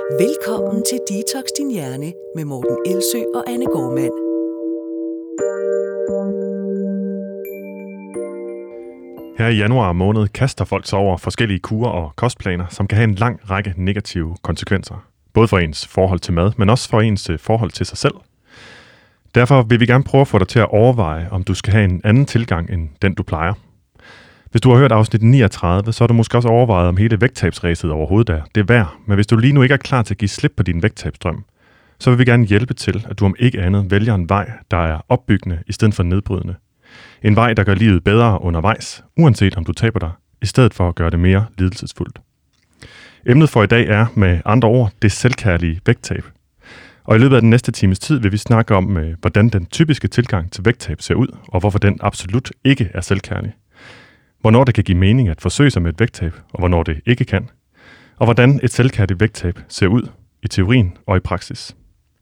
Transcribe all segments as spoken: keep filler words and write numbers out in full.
Velkommen til Detox Din Hjerne med Morten Elsø og Anne Gormand. Her i januar måned kaster folk sig over forskellige kurer og kostplaner, som kan have en lang række negative konsekvenser. Både for ens forhold til mad, men også for ens forhold til sig selv. Derfor vil vi gerne prøve at få dig til at overveje, om du skal have en anden tilgang end den, du plejer. Hvis du har hørt afsnit niogtredive, så har du måske også overvejet, om hele vægttabsræset overhovedet er det er værd. Men hvis du lige nu ikke er klar til at give slip på din vægttabsdrøm, så vil vi gerne hjælpe til, at du om ikke andet vælger en vej, der er opbyggende i stedet for nedbrydende. En vej, der gør livet bedre undervejs, uanset om du taber dig, i stedet for at gøre det mere lidelsesfuldt. Emnet for i dag er med andre ord det selvkærlige vægttab. Og i løbet af den næste times tid vil vi snakke om, hvordan den typiske tilgang til vægttab ser ud, og hvorfor den absolut ikke er selvkærlig. Hvornår det kan give mening at forsøge sig med et vægttab, og hvornår det ikke kan. Og hvordan et selvkærligt vægttab ser ud i teorien og i praksis.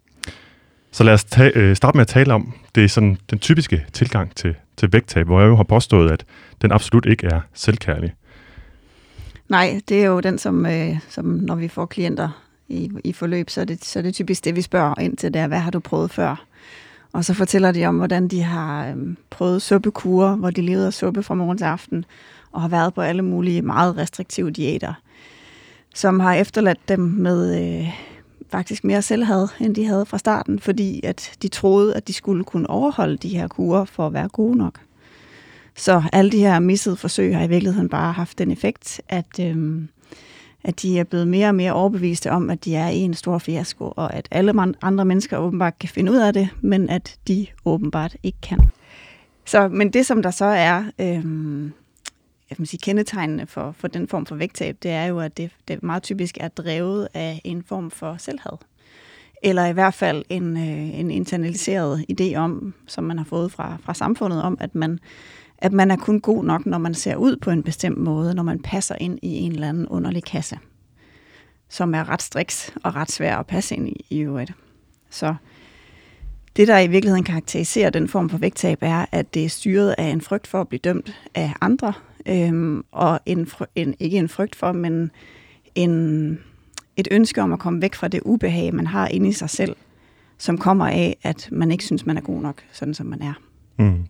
Så lad os ta- starte med at tale om det er sådan den typiske tilgang til, til vægttab, hvor jeg jo har påstået, at den absolut ikke er selvkærlig. Nej, det er jo den, som, øh, som når vi får klienter i, i forløb, så er, det, så er det typisk det, vi spørger ind til, det er, hvad har du prøvet før? Og så fortæller de om, hvordan de har øhm, prøvet suppekurer, hvor de levede af suppe fra morgen til aften, og har været på alle mulige meget restriktive diæter, som har efterladt dem med øh, faktisk mere selvhad, end de havde fra starten, fordi at de troede, at de skulle kunne overholde de her kurer for at være gode nok. Så alle de her missede forsøg har i virkeligheden bare haft den effekt, at, øhm, at de er blevet mere og mere overbeviste om, at de er i en stor fiasko, og at alle man, andre mennesker åbenbart kan finde ud af det, men at de åbenbart ikke kan. Så, men det, som der så er øhm, jeg kan sige, kendetegnende for, for den form for vægttab, det er jo, at det, det meget typisk er drevet af en form for selvhad. Eller i hvert fald en, øh, en internaliseret idé om, som man har fået fra, fra samfundet, om at man at man er kun god nok, når man ser ud på en bestemt måde, når man passer ind i en eller anden underlig kasse, som er ret striks og ret svær at passe ind i i øvrigt. Så det, der i virkeligheden karakteriserer den form for vægttab, er, at det er styret af en frygt for at blive dømt af andre, øhm, og en, en, ikke en frygt for, men en, et ønske om at komme væk fra det ubehag, man har inde i sig selv, som kommer af, at man ikke synes, man er god nok, sådan som man er. Mm.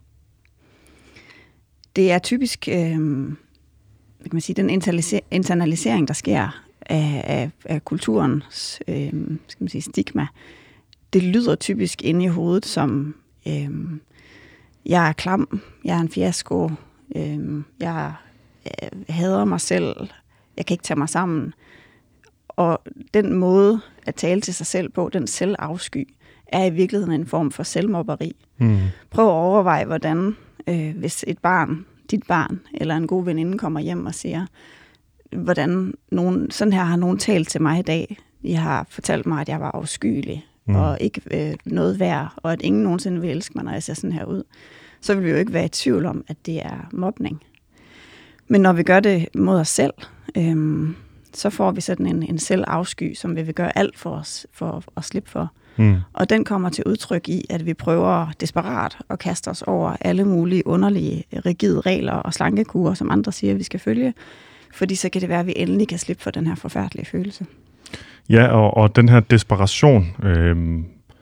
Det er typisk øh, kan man sige, den internalisering, der sker af, af, af kulturens øh, skal man sige, stigma. Det lyder typisk inde i hovedet som, øh, jeg er klam, jeg er en fiasko, øh, jeg øh, hader mig selv, jeg kan ikke tage mig sammen. Og den måde at tale til sig selv på, den selvafsky, er i virkeligheden en form for selvmobberi. Mm. Prøv at overveje, hvordan øh, hvis et barn, dit barn eller en god veninde kommer hjem og siger, hvordan nogen, sådan her har nogen talt til mig i dag. I har fortalt mig, at jeg var afskyelig mm. og ikke øh, noget værd, og at ingen nogensinde vil elske mig, når jeg ser sådan her ud. Så vil vi jo ikke være i tvivl om, at det er mobning. Men når vi gør det mod os selv, øh, så får vi sådan en, en selvafsky, som vi vil gøre alt for os for at slippe for. Mm. Og den kommer til udtryk i, at vi prøver desperat at kaste os over alle mulige underlige, rigide regler og slankekurer, som andre siger, vi skal følge. Fordi så kan det være, at vi endelig kan slippe for den her forfærdelige følelse. Ja, og, og den her desperation øh,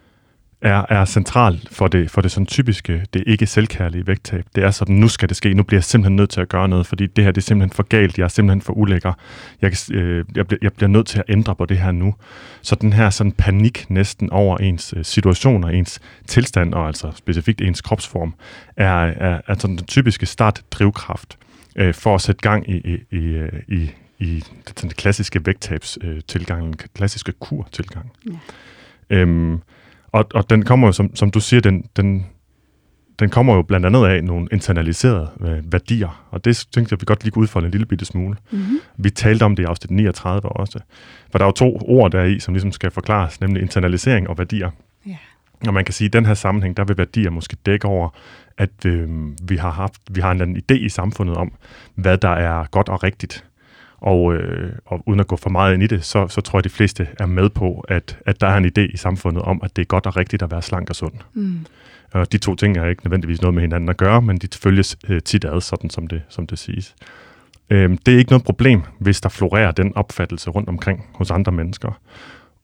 er, er central for det, for det sådan typiske, det ikke selvkærlige vægttab. Det er sådan, nu skal det ske, nu bliver jeg simpelthen nødt til at gøre noget, fordi det her det er simpelthen for galt, jeg er simpelthen for ulækker. Jeg, øh, jeg, bliver, jeg bliver nødt til at ændre på det her nu. Så den her sådan panik næsten over ens situation og ens tilstand, og altså specifikt ens kropsform, er, er, er sådan den typiske startdrivkraft øh, for at sætte gang i, i, i, i, i den klassiske vægttabstilgang, den klassiske kurtilgang. Ja. Øhm, Og, og den kommer jo, som, som du siger, den, den, den kommer jo blandt andet af nogle internaliserede øh, værdier, og det tænkte jeg, vi godt lige kunne udfolde en lille bitte smule. Mm-hmm. Vi talte om det i afsnit niogtredive også, for der er jo to ord deri, som ligesom skal forklares, nemlig internalisering og værdier. Yeah. Og man kan sige, at i den her sammenhæng, der vil værdier måske dække over, at øh, vi har haft, vi har en eller anden idé i samfundet om, hvad der er godt og rigtigt. Og, øh, og uden at gå for meget ind i det, så, så tror jeg, at de fleste er med på, at, at der er en idé i samfundet om, at det er godt og rigtigt at være slank og sund. Mm. Og de to ting er ikke nødvendigvis noget med hinanden at gøre, men de følges øh, tit ad, sådan som det, som det siges. Øhm, det er ikke noget problem, hvis der florerer den opfattelse rundt omkring hos andre mennesker.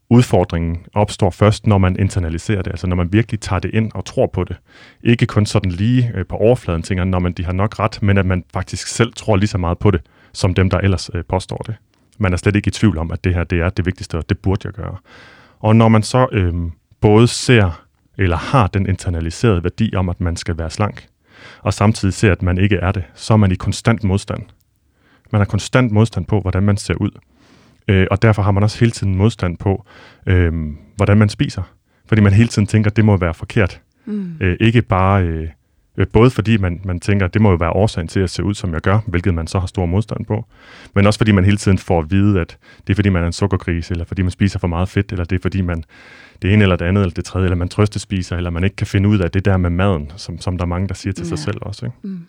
udfordringen opstår først, når man internaliserer det, altså når man virkelig tager det ind og tror på det. Ikke kun sådan lige øh, på overfladen tænker, når man de har nok ret, men at man faktisk selv tror lige så meget på det, som dem, der ellers øh, påstår det. Man er slet ikke i tvivl om, at det her det er det vigtigste, og det burde jeg gøre. Og når man så øh, både ser eller har den internaliserede værdi om, at man skal være slank, og samtidig ser, at man ikke er det, så er man i konstant modstand. Man har konstant modstand på, hvordan man ser ud. Øh, og derfor har man også hele tiden modstand på, øh, hvordan man spiser. Fordi man hele tiden tænker, at det må være forkert. Mm. Øh, ikke bare, øh, både fordi man, man tænker, at det må jo være årsagen til at se ud, som jeg gør, hvilket man så har stor modstand på. Men også fordi man hele tiden får at vide, at det er fordi, man er en sukkergris, eller fordi man spiser for meget fedt, eller det er fordi, man det ene eller det andet, eller det tredje, eller man trøstespiser, eller man ikke kan finde ud af det der med maden, som, som der er mange, der siger til ja. sig selv også. Ikke? Mm.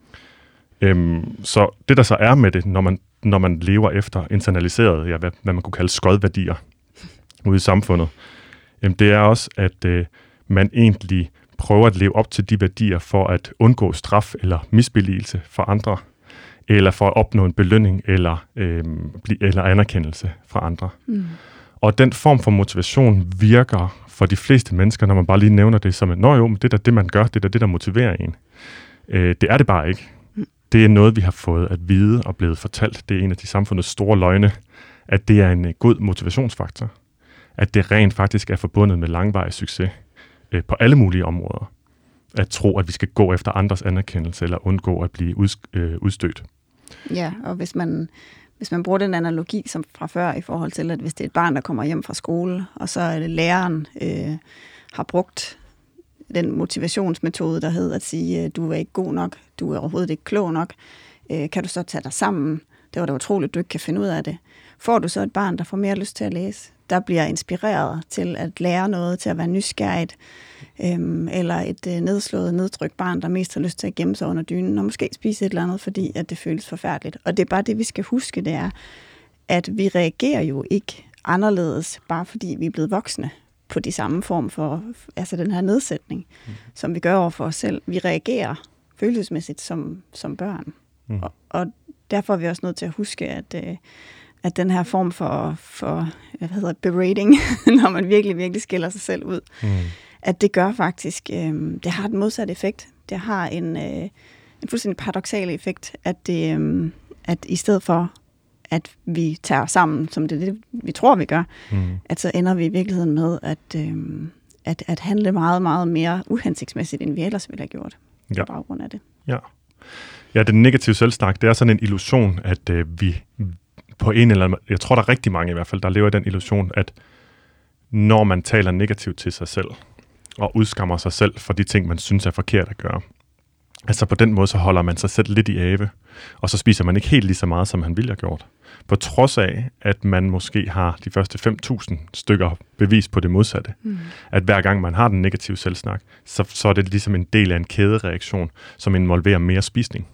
Øhm, så det, der så er med det, når man, når man lever efter internaliseret, ja, hvad, hvad man kunne kalde skodværdier ude i samfundet, jamen, det er også, at øh, man egentlig prøver at leve op til de værdier for at undgå straf eller misbilligelse for andre, eller for at opnå en belønning eller, øh, eller anerkendelse fra andre. Mm. Og den form for motivation virker for de fleste mennesker, når man bare lige nævner det som, at nå jo, men det er det, man gør, det er det, der motiverer en. Øh, det er det bare ikke. Det er noget, vi har fået at vide og blevet fortalt. Det er en af de samfundets store løgne, at det er en god motivationsfaktor. At det rent faktisk er forbundet med langvarig succes øh, på alle mulige områder. At tro, at vi skal gå efter andres anerkendelse eller undgå at blive ud, øh, udstødt. Ja, og hvis man, hvis man bruger den analogi som fra før i forhold til, at hvis det er et barn, der kommer hjem fra skole, og så er det læreren øh, har brugt den motivationsmetode, der hedder at sige, du er ikke god nok, du er overhovedet ikke klog nok, øh, kan du så tage dig sammen? Det var da utroligt, du ikke kan finde ud af det. Får du så et barn, der får mere lyst til at læse, der bliver inspireret til at lære noget, til at være nysgerrigt, øhm, eller et øh, nedslået, nedtrykt barn, der mest har lyst til at gemme sig under dynen, og måske spise et eller andet, fordi at det føles forfærdeligt. Og det er bare det, vi skal huske, det er, at vi reagerer jo ikke anderledes, bare fordi vi er blevet voksne på de samme form for, altså den her nedsætning, mm. som vi gør over for os selv. Vi reagerer følelsesmæssigt som, som børn. Mm. Og, og derfor er vi også nødt til at huske, at, øh, at den her form for, for hvad hedder det, berating, når man virkelig, virkelig skiller sig selv ud, mm. at det gør faktisk, øh, det har den modsatte effekt. Det har en, øh, en fuldstændig paradoksal effekt, at, det, øh, at i stedet for at vi tager sammen, som det er det, vi tror, vi gør, mm. at så ender vi i virkeligheden med at, øhm, at, at handle meget, meget mere uhensigtsmæssigt, end vi ellers ville have gjort ja. på baggrund af det. Ja. Ja, den negative selvsnak, det er sådan en illusion, at øh, vi på en eller anden, jeg tror, der er rigtig mange i hvert fald, der lever i den illusion, at når man taler negativt til sig selv, og udskammer sig selv for de ting, man synes er forkert at gøre, altså på den måde, så holder man sig selv lidt i ave, og så spiser man ikke helt lige så meget, som han ville have gjort. På trods af, at man måske har de første fem tusind stykker bevis på det modsatte. Mm. At hver gang man har den negative selvsnak, så, så er det ligesom en del af en kædereaktion, som involverer mere spisning.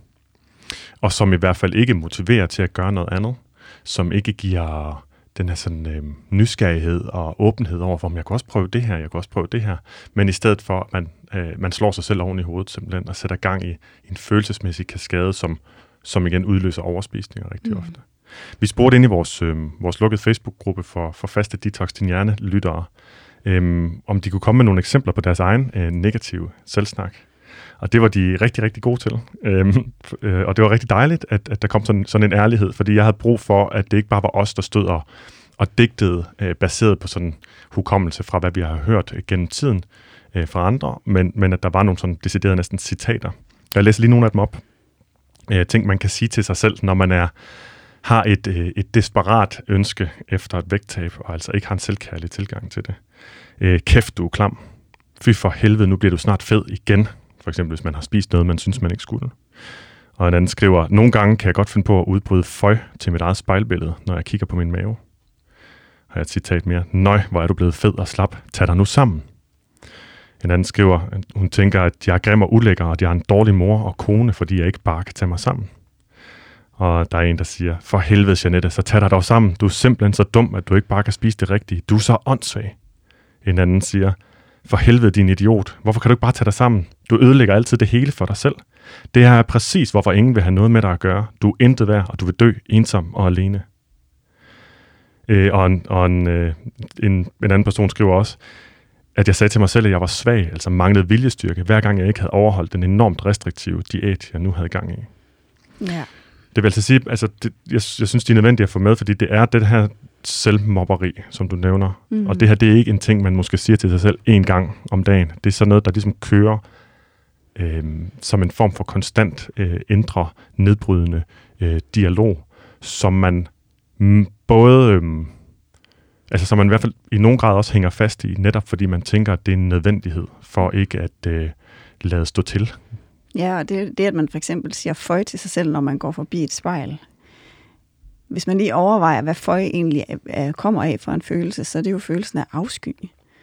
Og som i hvert fald ikke motiverer til at gøre noget andet. Som ikke giver den her sådan, øh, nysgerrighed og åbenhed over, om jeg kan også prøve det her, jeg kan også prøve det her. Men i stedet for, at man, øh, man slår sig selv oven i hovedet simpelthen, og sætter gang i en følelsesmæssig kaskade, som, som igen udløser overspisninger rigtig mm. ofte. Vi spurgte ind i vores, øh, vores lukkede Facebook-gruppe for, for faste Detox Din Hjerne-lyttere, øh, om de kunne komme med nogle eksempler på deres egen øh, negative selvsnak. Og det var de rigtig, rigtig gode til. Øhm, øh, og det var rigtig dejligt, at, at der kom sådan, sådan en ærlighed, fordi jeg havde brug for, at det ikke bare var os, der stod og, og digtede, øh, baseret på sådan hukommelse fra, hvad vi har hørt øh, gennem tiden øh, fra andre, men, men at der var nogle sådan deciderede næsten citater. Jeg læser lige nogle af dem op. Øh, ting, man kan sige til sig selv, når man er, har et, øh, et desperat ønske efter et vægttab, og altså ikke har en selvkærlig tilgang til det. Øh, kæft, du er klam. Fy for helvede, nu bliver du snart fed igen. For eksempel, hvis man har spist noget, man synes, man ikke skulle. Og en anden skriver, nogle gange kan jeg godt finde på at udbryde føj til mit eget spejlbillede, når jeg kigger på min mave. Har jeg et citat mere. Nøj, hvor er du blevet fed og slap. Tag dig nu sammen. En anden skriver, hun tænker, at jeg er grim og ulækker, og at jeg er en dårlig mor og kone, fordi jeg ikke bare kan tage mig sammen. Og der er en, der siger, for helvede, Jeanette, så tag dig dog sammen. Du er simpelthen så dum, at du ikke bare kan spise det rigtige. Du er så åndssvag. En anden siger, for helvede, din idiot. Hvorfor kan du ikke bare tage dig sammen? Du ødelægger altid det hele for dig selv. Det her er præcis, hvorfor ingen vil have noget med dig at gøre. Du er intet værd, og du vil dø ensom og alene. Øh, og en, og en, øh, en, en anden person skriver også, at jeg sagde til mig selv, at jeg var svag, altså manglede viljestyrke, hver gang jeg ikke havde overholdt den enormt restriktive diæt, jeg nu havde gang i. Ja. Det vil altså sige, altså det, jeg, jeg synes, det er nødvendigt at få med, fordi det er det her selvmobberi, som du nævner. Mm. Og det her, det er ikke en ting, man måske siger til sig selv en gang om dagen. Det er sådan noget, der ligesom kører øh, som en form for konstant øh, indre, nedbrydende øh, dialog, som man m- både... Øh, altså som man i hvert fald i nogen grad også hænger fast i, netop fordi man tænker, at det er en nødvendighed for ikke at øh, lade stå til. Ja, og det, det, at man for eksempel siger føj til sig selv, når man går forbi et spejl. Hvis man lige overvejer, hvad føj egentlig er, kommer af for en følelse, så er det jo følelsen af afsky.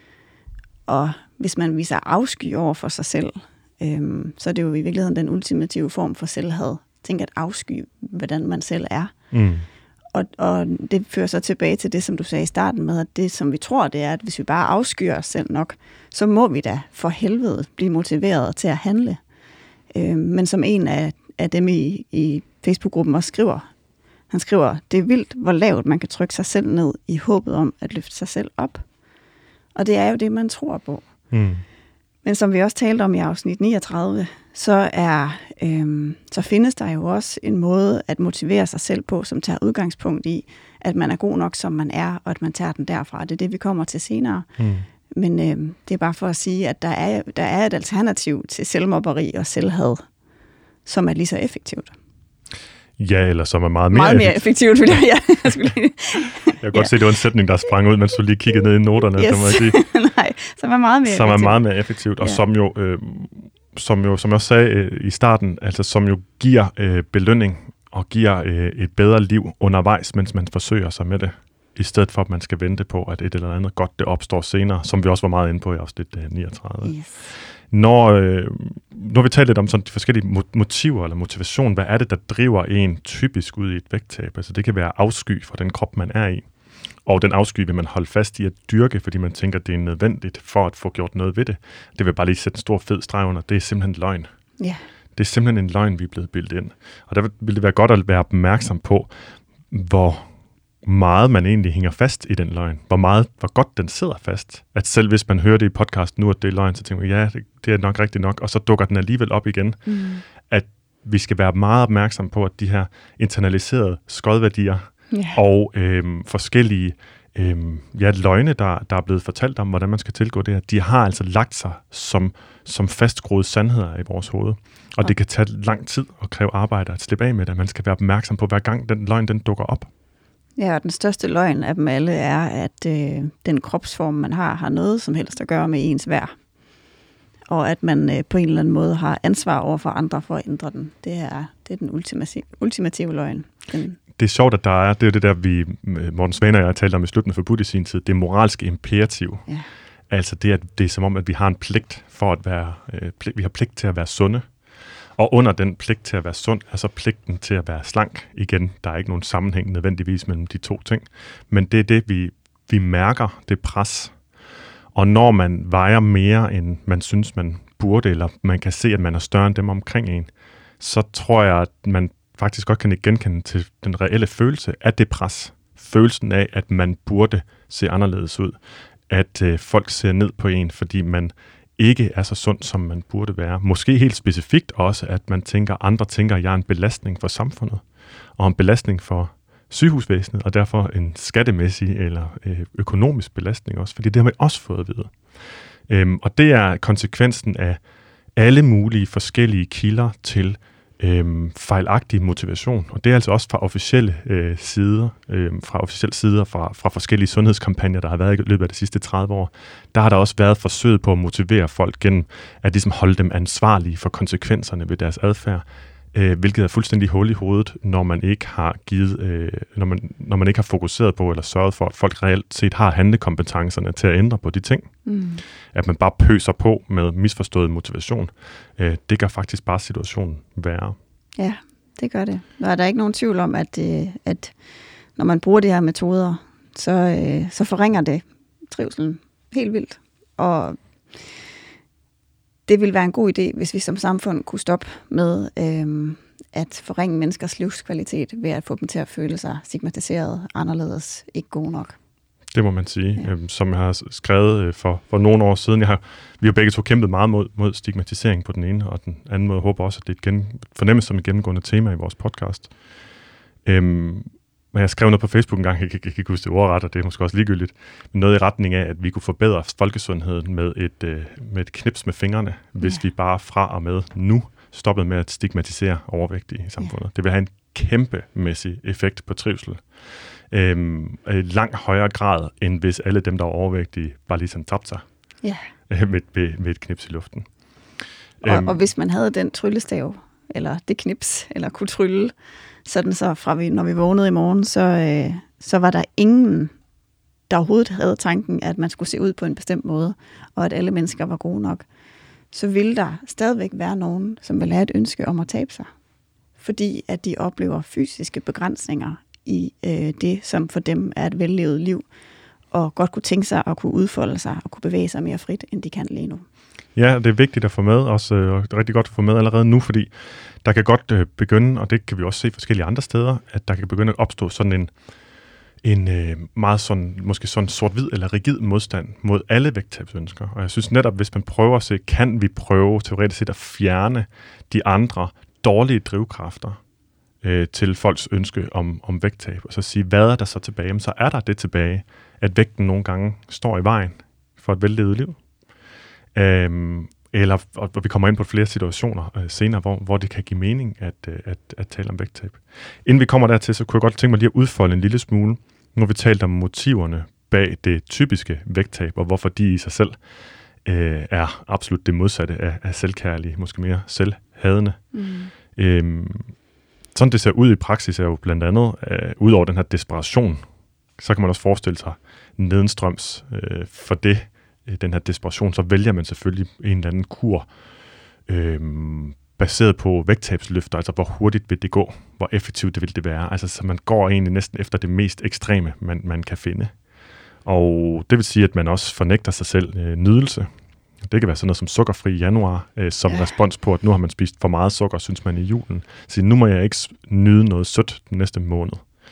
Og hvis man viser afsky over for sig selv, øhm, så er det jo i virkeligheden den ultimative form for selvhad. Tænk at afsky, hvordan man selv er. Mm. Og, og det fører så tilbage til det, som du sagde i starten med, at det, som vi tror, det er, at hvis vi bare afskyer os selv nok, så må vi da for helvede blive motiveret til at handle. Øh, men som en af, af dem i, i Facebook-gruppen også skriver, han skriver, det er vildt, hvor lavt man kan trykke sig selv ned i håbet om at løfte sig selv op. Og det er jo det, man tror på. Mm. Men som vi også talte om i afsnit niogtredive, så, er, øhm, så findes der jo også en måde at motivere sig selv på, som tager udgangspunkt i, at man er god nok, som man er, og at man tager den derfra. Det er det, vi kommer til senere. Mm. Men øhm, det er bare for at sige, at der er, der er et alternativ til selvmobberi og selvhad, som er lige så effektivt. Ja, eller som er meget mere, meget mere effektivt. Vil jeg, ja, jeg, skulle lige... jeg kan godt ja. se, at det var en sætning, der sprang ud, mens du lige kiggede ned i noterne. Yes. Som, jeg sige, Nej, som er meget mere som effektivt. er meget mere effektivt, og ja. som jo, øh, som jo, som jeg også sagde øh, i starten, altså som jo giver øh, belønning og giver øh, et bedre liv undervejs, mens man forsøger sig med det, i stedet for, at man skal vente på, at et eller andet godt det opstår senere, som vi også var meget inde på i afsnit øh, niogtredive. Yes. Når, øh, når vi taler lidt om sådan de forskellige motiver eller motivation, hvad er det, der driver en typisk ud i et vægttab? Altså det kan være afsky for den krop, man er i, og den afsky vil man holde fast i at dyrke, fordi man tænker, det er nødvendigt for at få gjort noget ved det. Det vil bare lige sætte en stor fed streg under. Det er simpelthen løgn. Yeah. Det er simpelthen en løgn, vi er blevet bildet ind. Og der vil det være godt at være opmærksom på, hvor meget man egentlig hænger fast i den løgn. Hvor meget, hvor godt den sidder fast. At selv hvis man hører det i podcast nu, at det er løgn, så tænker man, ja, det, det er nok rigtigt nok, og så dukker den alligevel op igen. Mm. At vi skal være meget opmærksom på, at de her internaliserede skodværdier yeah. og øhm, forskellige øhm, ja, løgne, der, der er blevet fortalt om, hvordan man skal tilgå det her, de har altså lagt sig som, som fastgroede sandheder i vores hoved. Og okay. det kan tage lang tid og kræve arbejde at slippe af med det. Man skal være opmærksom på, hver gang den løgn den dukker op. Ja, og den største løgn af dem alle er, at øh, den kropsform, man har, har noget som helst at gøre med ens værd. Og at man øh, på en eller anden måde har ansvar over for andre for at ændre den. Det er, det er den ultimative, ultimative løgn. Den det er sjovt, at der er, det er det der, vi, Morten Svane og jeg talte om i Slutningen forbudt i sin tid, det moralske imperativ. Ja. Altså det, at det er som om, at vi har en pligt for at være, øh, pligt, vi har pligt til at være sunde. Og under den pligt til at være sund, er så pligten til at være slank. Igen, der er ikke nogen sammenhæng nødvendigvis mellem de to ting. Men det er det, vi, vi mærker, det pres. Og når man vejer mere, end man synes, man burde, eller man kan se, at man er større end dem omkring en, så tror jeg, at man faktisk godt kan genkende til den reelle følelse af det pres. Følelsen af, at man burde se anderledes ud. At øh, folk ser ned på en, fordi man ikke er så sund, som man burde være. Måske helt specifikt også, at man tænker, andre tænker, at jeg er en belastning for samfundet, og en belastning for sygehusvæsenet, og derfor en skattemæssig eller øh, økonomisk belastning også, fordi det har man også fået at vide. Øhm, og det er konsekvensen af alle mulige forskellige kilder til øhm, fejlagtig motivation, og det er altså også fra officielle øh, sider, øh, fra officielle sider fra, fra forskellige sundhedskampagner, der har været i løbet af de sidste tredive år. Der har der også været forsøg på at motivere folk gennem at ligesom holde dem ansvarlige for konsekvenserne ved deres adfærd, øh, hvilket er fuldstændig hul i hovedet, når man ikke har givet, øh, når man når man ikke har fokuseret på eller sørget for, at folk reelt set har handlekompetencerne til at ændre på de ting. Mm. At man bare pøser på med misforstået motivation, øh, det gør faktisk bare situationen værre. Ja, det gør det. Og er der ikke nogen tvivl om, at, øh, at når man bruger de her metoder, så, øh, så forringer det trivselen helt vildt. Og det ville være en god idé, hvis vi som samfund kunne stoppe med øh, at forringe menneskers livskvalitet ved at få dem til at føle sig stigmatiseret, anderledes, ikke gode nok. Det må man sige. Ja. Øhm, som jeg har skrevet for, for nogle år siden. Jeg har, vi har begge to kæmpet meget mod, mod stigmatisering på den ene, og den anden måde håber også, at det er et gen, fornemmes som et gennemgående tema i vores podcast. Øhm, men jeg skrev noget på Facebook en gang, jeg kan ikke huske det ordret, og det er måske også ligegyldigt, men noget i retning af, at vi kunne forbedre folkesundheden med et, øh, med et knips med fingrene, hvis ja. vi bare fra og med nu stoppede med at stigmatisere overvægtige i samfundet. Ja. Det vil have en kæmpemæssig effekt på trivsel. Øhm, i langt højere grad, end hvis alle dem, der er overvægtige, bare lige sådan tabte sig ja. med, med, med et knips i luften. Og, øhm, og hvis man havde den tryllestav, eller det knips, eller kunne trylle, sådan så fra vi, når vi vågnede i morgen, så, øh, så var der ingen, der overhovedet havde tanken, at man skulle se ud på en bestemt måde, og at alle mennesker var gode nok. Så ville der stadigvæk være nogen, som ville have et ønske om at tabe sig. Fordi at de oplever fysiske begrænsninger i øh, det, som for dem er et vellevet liv, og godt kunne tænke sig at kunne udfolde sig og kunne bevæge sig mere frit, end de kan lige nu. Ja, det er vigtigt at få med, også øh, det er rigtig godt at få med allerede nu, fordi der kan godt øh, begynde, og det kan vi også se forskellige andre steder, at der kan begynde at opstå sådan en, en øh, meget sådan, måske sådan sort-hvid eller rigid modstand mod alle vægttabsønsker. Og jeg synes netop, hvis man prøver at se, kan vi prøve teoretisk set at fjerne de andre dårlige drivkræfter øh, til folks ønske om, om vægttab, og så sige, hvad er der så tilbage? Men så er der det tilbage, at vægten nogle gange står i vejen for et vellevet liv. Øhm, eller, og vi kommer ind på flere situationer øh, senere, hvor, hvor det kan give mening at, øh, at, at tale om vægttab. Inden vi kommer dertil, så kunne jeg godt tænke mig lige at udfolde en lille smule. Nu har vi talt om motiverne bag det typiske vægttab, og hvorfor de i sig selv øh, er absolut det modsatte af, af selvkærlige, måske mere selvhadende. Mm. Øhm, sådan det ser ud i praksis er jo blandt andet, øh, ud over den her desperation, så kan man også forestille sig nedenstrøms øh, for det, den her desperation, så vælger man selvfølgelig en eller anden kur øh, baseret på vægttabsløfter, altså hvor hurtigt vil det gå, hvor effektivt det vil det være. Altså så man går egentlig næsten efter det mest ekstreme, man, man kan finde. Og det vil sige, at man også fornægter sig selv øh, nydelse. Det kan være sådan noget som sukkerfri januar, øh, som ja. respons på, at nu har man spist for meget sukker, synes man i julen. Så nu må jeg ikke nyde noget sødt den næste måned.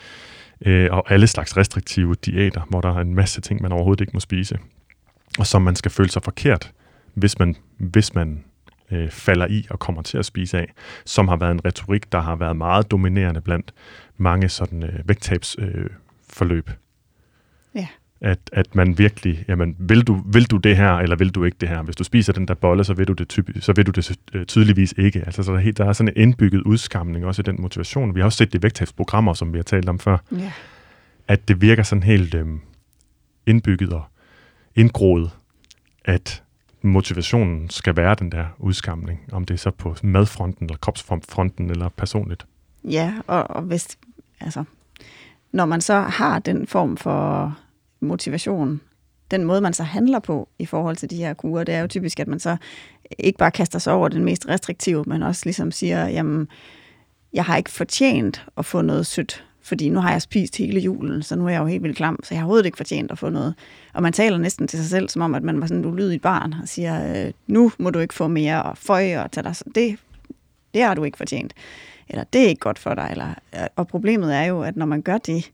Øh, og alle slags restriktive diæter, hvor der er en masse ting, man overhovedet ikke må spise. Og som man skal føle sig forkert, hvis man, hvis man øh, falder i og kommer til at spise af, som har været en retorik, der har været meget dominerende blandt mange sådan øh, vægttabsforløb. Øh, ja. At, at man virkelig, jamen, vil du, vil du det her, eller vil du ikke det her? Hvis du spiser den der bolle, så vil du det, typ, så vil du det øh, tydeligvis ikke. Altså, så der, er helt, der er sådan en indbygget udskamning også i den motivation. Vi har også set det i vægttabsprogrammer, som vi har talt om før, ja. at det virker sådan helt øh, indbygget og indgroet, at motivationen skal være den der udskamning, om det er så på madfronten, eller kropsfronten, eller personligt. Ja, og, og hvis, altså, når man så har den form for motivation, den måde, man så handler på i forhold til de her kurer, det er jo typisk, at man så ikke bare kaster sig over den mest restriktive, men også ligesom siger, jamen, jeg har ikke fortjent at få noget sødt, fordi nu har jeg spist hele julen, så nu er jeg jo helt vildt klam, så jeg har overhovedet ikke fortjent at få noget. Og man taler næsten til sig selv, som om, at man var sådan et ulydigt barn, og siger, nu må du ikke få mere, og føj, og tage dig, det, det har du ikke fortjent. Eller det er ikke godt for dig. Eller, og problemet er jo, at når man gør det,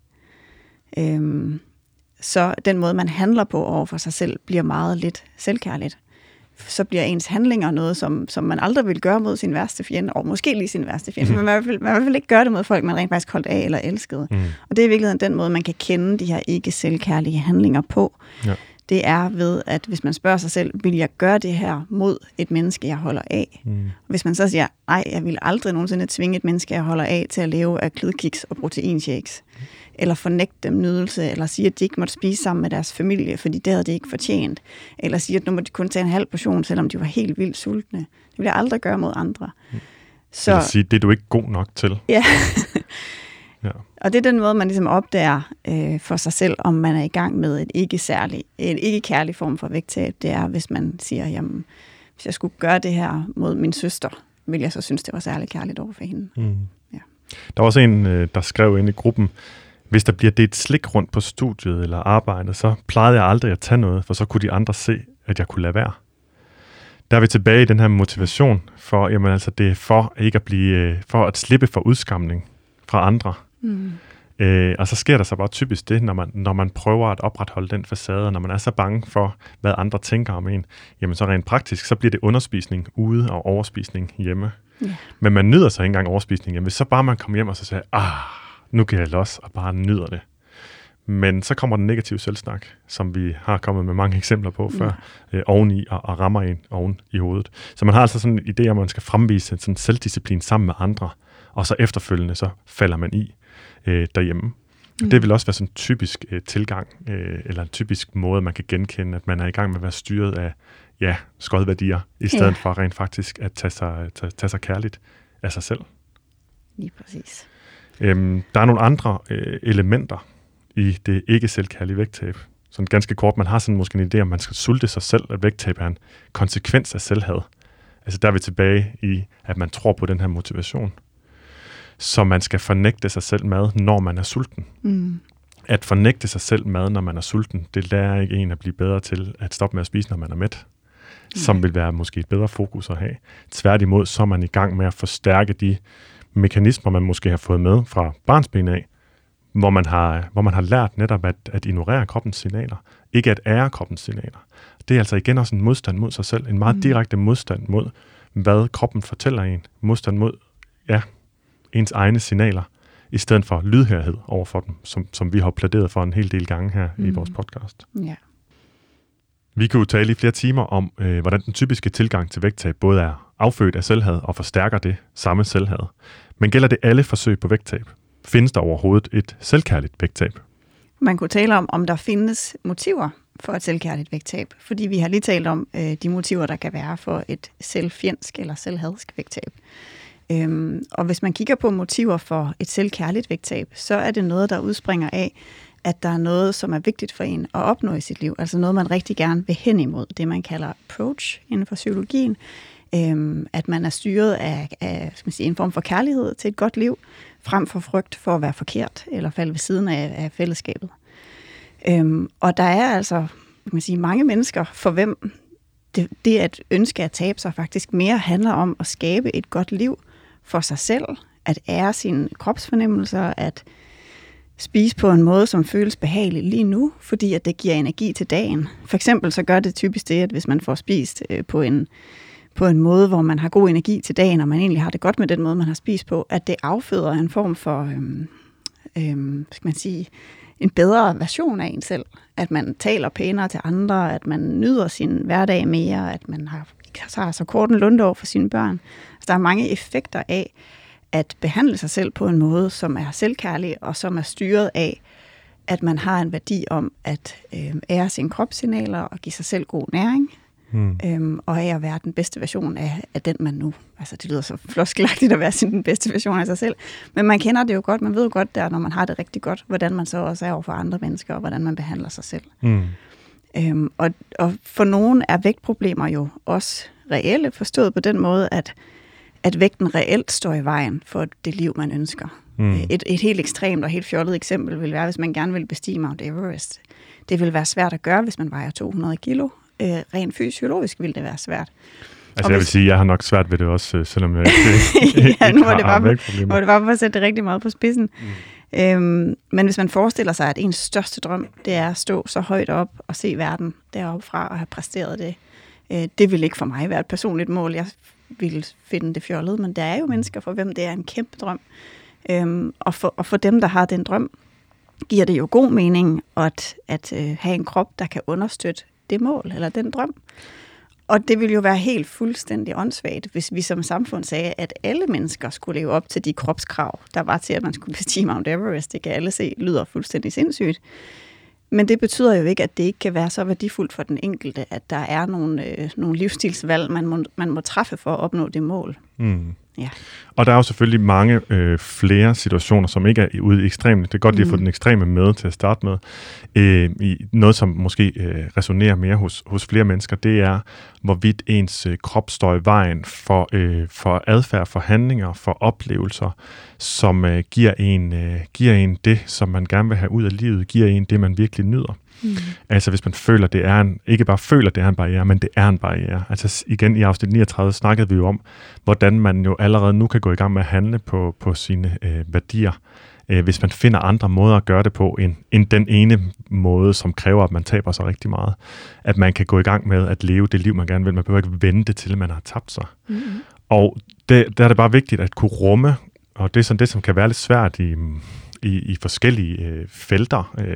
øhm, så den måde, man handler på over for sig selv, bliver meget lidt selvkærligt. Så bliver ens handlinger noget, som, som man aldrig vil gøre mod sin værste fjende, og måske lige sin værste fjende, mm. men man vil, man vil ikke gøre det mod folk, man rent faktisk holdt af eller elskede. Mm. Og det er i virkeligheden den måde, man kan kende de her ikke selvkærlige handlinger på. Ja. Det er ved, at hvis man spørger sig selv, vil jeg gøre det her mod et menneske, jeg holder af? Mm. Hvis man så siger, nej, jeg vil aldrig nogensinde tvinge et menneske, jeg holder af, til at leve af klidkiks og proteinshakes, mm. eller fornægte dem nydelse, eller sige, at de ikke måtte spise sammen med deres familie, fordi det havde de ikke fortjent, eller sige, at nu må de kun tage en halv portion, selvom de var helt vildt sultne. Det vil jeg aldrig gøre mod andre. Mm. Så, eller sige, det er du ikke god nok til. Ja. Ja. Og det er den måde, man ligesom opdager øh, for sig selv, om man er i gang med et ikke særlig, et ikke kærlig form for vægttab. Det er, hvis man siger, jamen, hvis jeg skulle gøre det her mod min søster, ville jeg så synes, det var særlig kærligt over for hende. Mm. Ja. Der var også en, der skrev ind i gruppen, hvis der bliver delt slik rundt på studiet eller arbejdet, så plejede jeg aldrig at tage noget, for så kunne de andre se, at jeg kunne lade være. der er vi tilbage i den her motivation for, jamen altså det er for ikke at blive, for at slippe for udskamning fra andre. Mm. Øh, og så sker der så bare typisk det, når man, når man prøver at opretholde den facade, og når man er så bange for, hvad andre tænker om en, jamen så rent praktisk, så bliver det underspisning ude og overspisning hjemme. Yeah. Men man nyder sig ikke engang overspisning hjemme. Hvis så bare man kommer hjem og så siger, ah, nu kan jeg los, og bare nyder det. Men så kommer den negative selvsnak, som vi har kommet med mange eksempler på før, yeah. øh, oveni og, og rammer en oven i hovedet. Så man har altså sådan en idé om, at man skal fremvise sådan selvdisciplin sammen med andre, og så efterfølgende så falder man i øh, derhjemme. Mm. Og det vil også være sådan en typisk øh, tilgang, øh, eller en typisk måde, man kan genkende, at man er i gang med at være styret af ja, skodværdier, i stedet ja. for rent faktisk at tage sig, tage, tage sig kærligt af sig selv. Lige præcis. Øhm, der er nogle andre øh, elementer i det ikke selvkærlige vægttab. Sådan ganske kort, man har sådan måske en idé om, man skal sulte sig selv, at vægttab er en konsekvens af selvhad. Altså der er vi tilbage i, at man tror på den her motivation. Så man skal fornægte sig selv mad, når man er sulten. Mm. At fornægte sig selv mad, når man er sulten, det lærer ikke en at blive bedre til at stoppe med at spise, når man er mæt. Mm. Som vil være måske et bedre fokus at have. Tværtimod, så er man i gang med at forstærke de mekanismer, man måske har fået med fra barnsben af, hvor man har, hvor man har lært netop at, at ignorere kroppens signaler, ikke at ære kroppens signaler. Det er altså igen også en modstand mod sig selv, en meget mm. direkte modstand mod, hvad kroppen fortæller en. Modstand mod, ja, ens egne signaler, i stedet for lydhørhed over for dem, som, som vi har plæderet for en hel del gange her mm. i vores podcast. Ja. Vi kan jo tale i flere timer om, øh, hvordan den typiske tilgang til vægttab både er affødt af selvhad og forstærker det samme selvhad. Men gælder det alle forsøg på vægttab? Findes der overhovedet et selvkærligt vægttab? Man kunne tale om, om der findes motiver for et selvkærligt vægttab, fordi vi har lige talt om øh, de motiver, der kan være for et selvfjendsk eller selvhadsk vægttab. Øhm, og hvis man kigger på motiver for et selvkærligt vægttab, så er det noget, der udspringer af, at der er noget, som er vigtigt for en at opnå i sit liv. Altså noget, man rigtig gerne vil hen imod. Det, man kalder approach inden for psykologien. Øhm, at man er styret af, af skal man sige, en form for kærlighed til et godt liv, frem for frygt for at være forkert eller falde ved siden af, af fællesskabet. Øhm, og der er altså kan man sige, mange mennesker, for hvem det, det at ønske at tabe sig faktisk mere handler om at skabe et godt liv for sig selv, at ære sine kropsfornemmelser, at spise på en måde, som føles behagelig lige nu, fordi at det giver energi til dagen. For eksempel så gør det typisk det, at hvis man får spist øh, på en på en måde, hvor man har god energi til dagen, og man egentlig har det godt med den måde, man har spist på, at det afføder en form for, øhm, øhm, skal man sige, en bedre version af en selv. At man taler pænere til andre, at man nyder sin hverdag mere, at man har, har så kort en lunde over for sine børn. Altså, der er mange effekter af at behandle sig selv på en måde, som er selvkærlig, og som er styret af, at man har en værdi om at øh, ære sine kropssignaler og give sig selv god næring. Hmm. Øhm, og af at være den bedste version af, af den, man nu... Altså, det lyder så floskelagtigt at være sin den bedste version af sig selv. Men man kender det jo godt. Man ved jo godt, der, når man har det rigtig godt, hvordan man så også er over for andre mennesker, og hvordan man behandler sig selv. Hmm. Øhm, og, og for nogen er vægtproblemer jo også reelle, forstået på den måde, at, at vægten reelt står i vejen for det liv, man ønsker. Hmm. Et, et helt ekstremt og helt fjollet eksempel vil være, hvis man gerne vil bestige Mount Everest. Det vil være svært at gøre, hvis man vejer to hundrede kilo. Øh, rent fysiologisk ville det være svært. Altså og jeg vil sige, jeg har nok svært ved det også, selvom jeg ikke, ja, ikke nu var det har vægtproblemer. Nu var det bare for at sætte det rigtig meget på spidsen. Mm. Øhm, men hvis man forestiller sig, at ens største drøm, det er at stå så højt op og se verden deroppe fra og have præsteret det. Øh, det vil ikke for mig være et personligt mål. Jeg vil finde det fjollet, men der er jo mennesker, for hvem det er en kæmpe drøm. Øhm, og, for, og for dem, der har den drøm, giver det jo god mening at, at øh, have en krop, der kan understøtte det mål, eller den drøm. Og det ville jo være helt fuldstændig åndssvagt, hvis vi som samfund sagde, at alle mennesker skulle leve op til de kropskrav, der var til, at man skulle bestige Mount Everest. Det kan alle se, lyder fuldstændig sindssygt. Men det betyder jo ikke, at det ikke kan være så værdifuldt for den enkelte, at der er nogle, øh, nogle livsstilsvalg, man må, man må træffe for at opnå det mål. Mm. Ja. Og der er jo selvfølgelig mange øh, flere situationer, som ikke er ude i ekstreme. Det er godt lige at få den ekstreme med til at starte med. Øh, i noget, som måske øh, resonerer mere hos, hos flere mennesker, det er, hvorvidt ens øh, krop står i vejen for, øh, for adfærd, for handlinger, for oplevelser, som øh, giver, en, øh, giver en det, som man gerne vil have ud af livet, giver en det, man virkelig nyder. Mm. Altså hvis man føler, det er en, ikke bare føler, det er en barriere, men det er en barriere. Altså igen i afsnit niogtredive snakkede vi jo om, hvordan man jo allerede nu kan gå i gang med at handle på, på sine øh, værdier, øh, hvis man finder andre måder at gøre det på, end, end den ene måde, som kræver, at man taber sig rigtig meget. At man kan gå i gang med at leve det liv, man gerne vil. Man behøver ikke vente til, man har tabt sig. Mm. Og det, der er det bare vigtigt at kunne rumme, og det er sådan det, som kan være lidt svært i, i, i forskellige øh, felter, øh,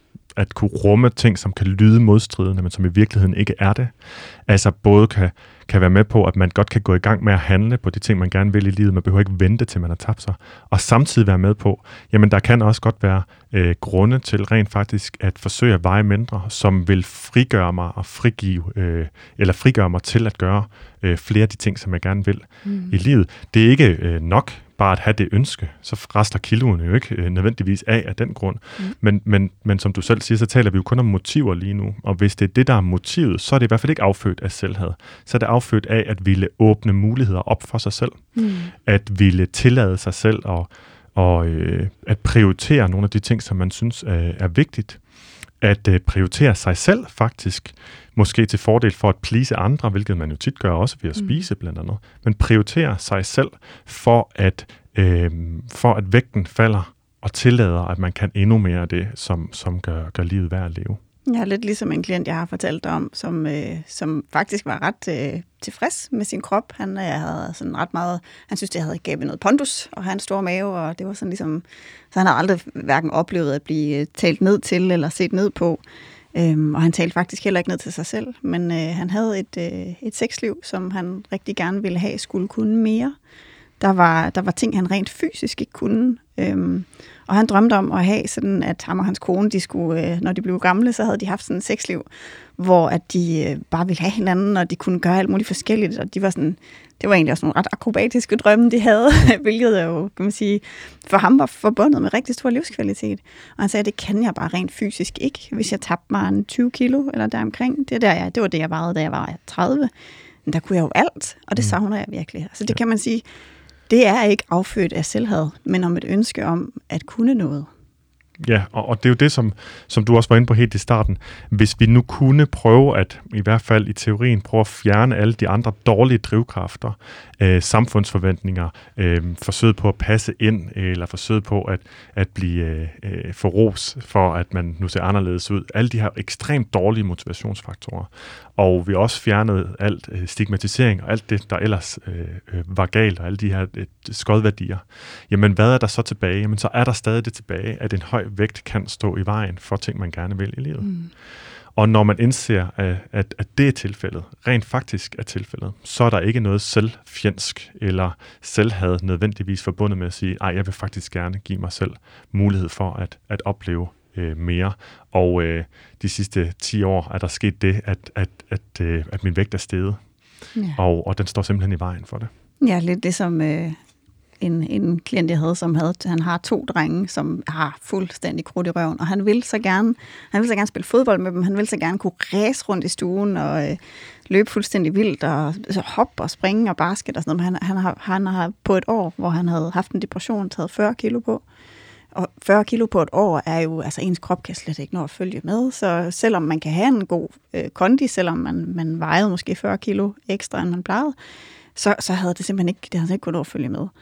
at kunne rumme ting, som kan lyde modstridende, men som i virkeligheden ikke er det. Altså både kan, kan være med på, at man godt kan gå i gang med at handle på de ting, man gerne vil i livet. Man behøver ikke vente til, man har tabt sig. Og samtidig være med på, jamen der kan også godt være øh, grunde til rent faktisk at forsøge at veje mindre, som vil frigøre mig og frigive, øh, eller frigøre mig til at gøre øh, flere af de ting, som jeg gerne vil mm. i livet. Det er ikke øh, nok bare at have det ønske, så rester kiloene jo ikke øh, nødvendigvis af af den grund. Mm. Men, men, men som du selv siger, så taler vi jo kun om motiver lige nu. Og hvis det er det, der er motivet, så er det i hvert fald ikke affødt af selvhad. Så er det affødt af at ville åbne muligheder op for sig selv. Mm. At ville tillade sig selv og, og øh, at prioritere nogle af de ting, som man synes øh, er vigtigt. At øh, prioritere sig selv faktisk, måske til fordel for at please andre, hvilket man jo tit gør også ved at spise blandt andet. Men prioritere sig selv for at, øh, for at vægten falder og tillader, at man kan endnu mere af det, som, som gør, gør livet værd at leve. Ja, lidt ligesom en klient, jeg har fortalt om, som, øh, som faktisk var ret øh, tilfreds med sin krop. Han øh, havde sådan ret meget, han synes, det havde gavet noget pondus, og have en stor mave, og det var sådan ligesom, så han har aldrig hverken oplevet at blive talt ned til, eller set ned på. Øhm, og han talte faktisk heller ikke ned til sig selv, men øh, han havde et, øh, et sexliv, som han rigtig gerne ville have, skulle kunne mere. Der var, der var ting, han rent fysisk ikke kunne. Øhm, og han drømte om at have sådan, at ham og hans kone, de skulle, øh, når de blev gamle, så havde de haft sådan et sexliv, hvor at de øh, bare ville have hinanden, og de kunne gøre alt muligt forskelligt. Og de var sådan, det var egentlig også nogle ret akrobatiske drømme, de havde, hvilket jo, kan man sige, for ham var forbundet med rigtig stor livskvalitet. Og han sagde, det kan jeg bare rent fysisk ikke, hvis jeg tabte mig en tyve kilo eller deromkring. Det, der, jeg, det var det, jeg vejede, da jeg var tredive. Men der kunne jeg jo alt, og det savner jeg virkelig. Altså det kan man sige, det er ikke affødt af selvhad, men om et ønske om at kunne noget. Ja, og, og det er jo det, som, som du også var inde på helt i starten. Hvis vi nu kunne prøve at, i hvert fald i teorien, prøve at fjerne alle de andre dårlige drivkræfter, øh, samfundsforventninger, øh, forsøget på at passe ind, eller forsøget på at, at blive øh, for ros for, at man nu ser anderledes ud. Alle de her ekstremt dårlige motivationsfaktorer. Og vi også fjernede alt øh, stigmatisering og alt det, der ellers øh, var galt, og alle de her øh, skodværdier. Jamen, hvad er der så tilbage? Jamen, så er der stadig det tilbage, at en høj vægt kan stå i vejen for ting, man gerne vil i livet. Mm. Og når man indser, at, at, at det er tilfældet, rent faktisk er tilfældet, så er der ikke noget selvfjendsk eller selvhad nødvendigvis forbundet med at sige, ej, jeg vil faktisk gerne give mig selv mulighed for at, at opleve øh, mere. Og øh, de sidste ti år er der sket det, at, at, at, øh, at min vægt er steget. Ja. Og, og den står simpelthen i vejen for det. Ja, lidt det som øh, en, en klient, jeg havde, som havde, han har to drenge, som har fuldstændig krudt i røven, og han vil så gerne, han vil så gerne spille fodbold med dem, han vil så gerne kunne ræse rundt i stuen og øh, løbe fuldstændig vildt, og så hoppe og springe og basket og sådan noget. Han, han, har, han har på et år, hvor han havde haft en depression, taget fyrre kilo på. Og fyrre kilo på et år er jo, altså ens krop kan slet ikke nå at følge med, så selvom man kan have en god øh, kondi, selvom man, man vejede måske fyrre kilo ekstra, end man plejede, så, så havde det simpelthen ikke, det havde ikke kunnet nå at følge med.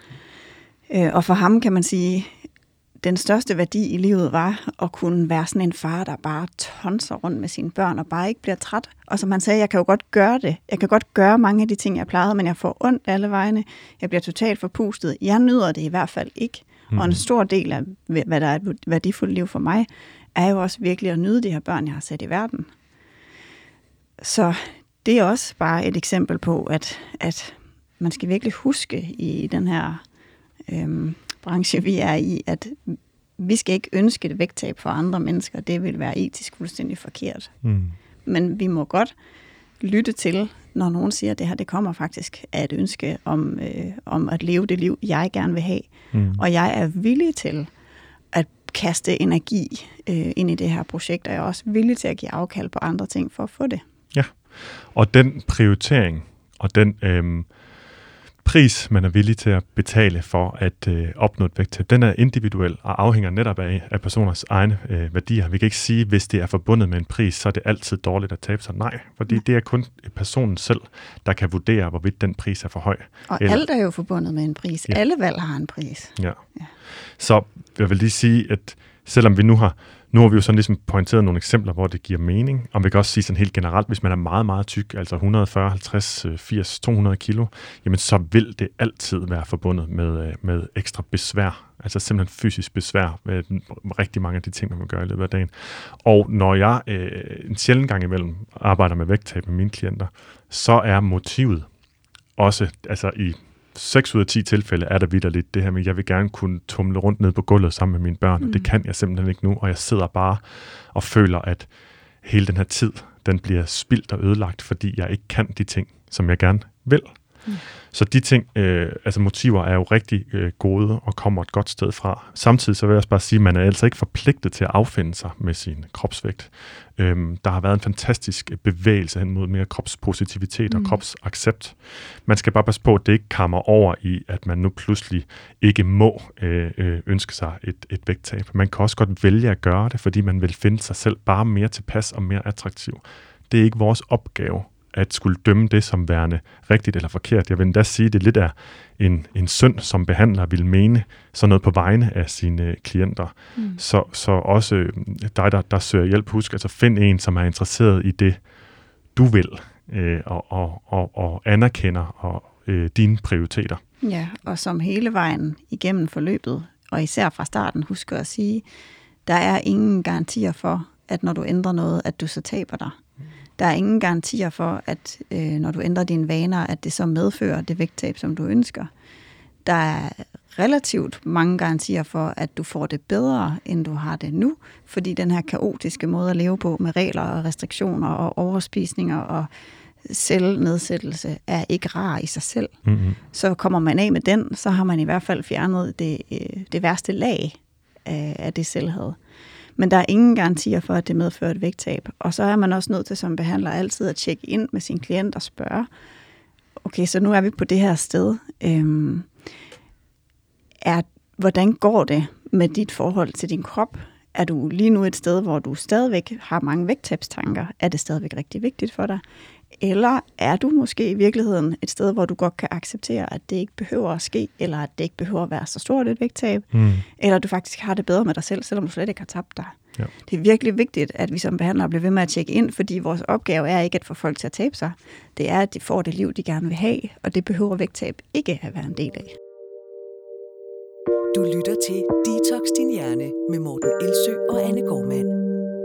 Øh, og for ham kan man sige, den største værdi i livet var at kunne være sådan en far, der bare tonser rundt med sine børn og bare ikke bliver træt. Og som han sagde, jeg kan jo godt gøre det. Jeg kan godt gøre mange af de ting, jeg plejede, men jeg får ondt alle vegne. Jeg bliver totalt forpustet. Jeg nyder det i hvert fald ikke. Og en stor del af, hvad der er et værdifuldt liv for mig, er jo også virkelig at nyde de her børn, jeg har sat i verden. Så det er også bare et eksempel på, at, at man skal virkelig huske i den her øhm, branche, vi er i, at vi skal ikke ønske et vægttab for andre mennesker. Det vil være etisk fuldstændig forkert. Mm. Men vi må godt lytte til, når nogen siger, at det her det kommer faktisk af et ønske om, øh, om at leve det liv, jeg gerne vil have. Mm. Og jeg er villig til at kaste energi øh, ind i det her projekt, og jeg er også villig til at give afkald på andre ting for at få det. Ja, og den prioritering og den øh, pris, man er villig til at betale for at øh, opnå et vægttab, den er individuel og afhænger netop af, af personers egne øh, værdier. Vi kan ikke sige, hvis det er forbundet med en pris, så er det altid dårligt at tabe sig. Nej, fordi ja. det er kun personen selv, der kan vurdere, hvorvidt den pris er for høj. Og Eller, alt er jo forbundet med en pris. Ja. Alle valg har en pris. Ja. ja. Så jeg vil lige sige, at selvom vi nu har Nu har vi jo sådan ligesom pointeret nogle eksempler, hvor det giver mening, og vi kan også sige sådan helt generelt, hvis man er meget, meget tyk, altså et hundrede og fyrre, halvtreds, firs, to hundrede kilo, jamen så vil det altid være forbundet med, med ekstra besvær, altså simpelthen fysisk besvær med rigtig mange af de ting, man kan gøre i løbet af dagen. Og når jeg øh, en sjældent gang imellem arbejder med vægttab med mine klienter, så er motivet også, altså i seks ud af ti tilfælde er der vitterligt det her med, at jeg vil gerne kunne tumle rundt ned på gulvet sammen med mine børn, mm. og det kan jeg simpelthen ikke nu, og jeg sidder bare og føler, at hele den her tid, den bliver spildt og ødelagt, fordi jeg ikke kan de ting, som jeg gerne vil. Mm. Så de ting, øh, altså motiver er jo rigtig øh, gode og kommer et godt sted fra. Samtidig så vil jeg også bare sige, at man er altså ikke forpligtet til at affinde sig med sin kropsvægt. Øhm, der har været en fantastisk bevægelse hen mod mere kropspositivitet og mm. kropsaccept. Man skal bare passe på, at det ikke kommer over i, at man nu pludselig ikke må øh, øh, ønske sig et, et vægttab. Man kan også godt vælge at gøre det, fordi man vil finde sig selv bare mere tilpas og mere attraktiv. Det er ikke vores opgave at skulle dømme det som værende rigtigt eller forkert. Jeg vil endda sige, at det lidt er en, en synd, som behandler vil mene sådan noget på vegne af sine klienter. Mm. Så, så også dig, der, der søger hjælp, husk, altså find en, som er interesseret i det, du vil, øh, og, og, og, og anerkender og, øh, dine prioriteter. Ja, og som hele vejen igennem forløbet, og især fra starten, husk at sige, der er ingen garantier for, at når du ændrer noget, at du så taber dig. Der er ingen garantier for, at øh, når du ændrer dine vaner, at det så medfører det vægttab, som du ønsker. Der er relativt mange garantier for, at du får det bedre, end du har det nu, fordi den her kaotiske måde at leve på med regler og restriktioner og overspisninger og selvnedsættelse er ikke rar i sig selv. Mm-hmm. Så kommer man af med den, så har man i hvert fald fjernet det, øh, det værste lag af, af det selvhed. Men der er ingen garantier for, at det medfører et vægttab. Og så er man også nødt til som behandler altid at tjekke ind med sin klient og spørge, okay, så nu er vi på det her sted. Øhm, er, hvordan går det med dit forhold til din krop? Er du lige nu et sted, hvor du stadigvæk har mange vægttabstanker? Er det stadigvæk rigtig vigtigt for dig? Eller er du måske i virkeligheden et sted, hvor du godt kan acceptere, at det ikke behøver at ske, eller at det ikke behøver at være så stort et vægttab, mm. eller du faktisk har det bedre med dig selv, selvom du slet ikke har tabt dig. Ja. Det er virkelig vigtigt, at vi som behandlere bliver ved med at tjekke ind, fordi vores opgave er ikke at få folk til at tabe sig. Det er, at de får det liv, de gerne vil have, og det behøver vægttab ikke at være en del af. Du lytter til Detox Din Hjerne med Morten Elsø og Anne Gormand.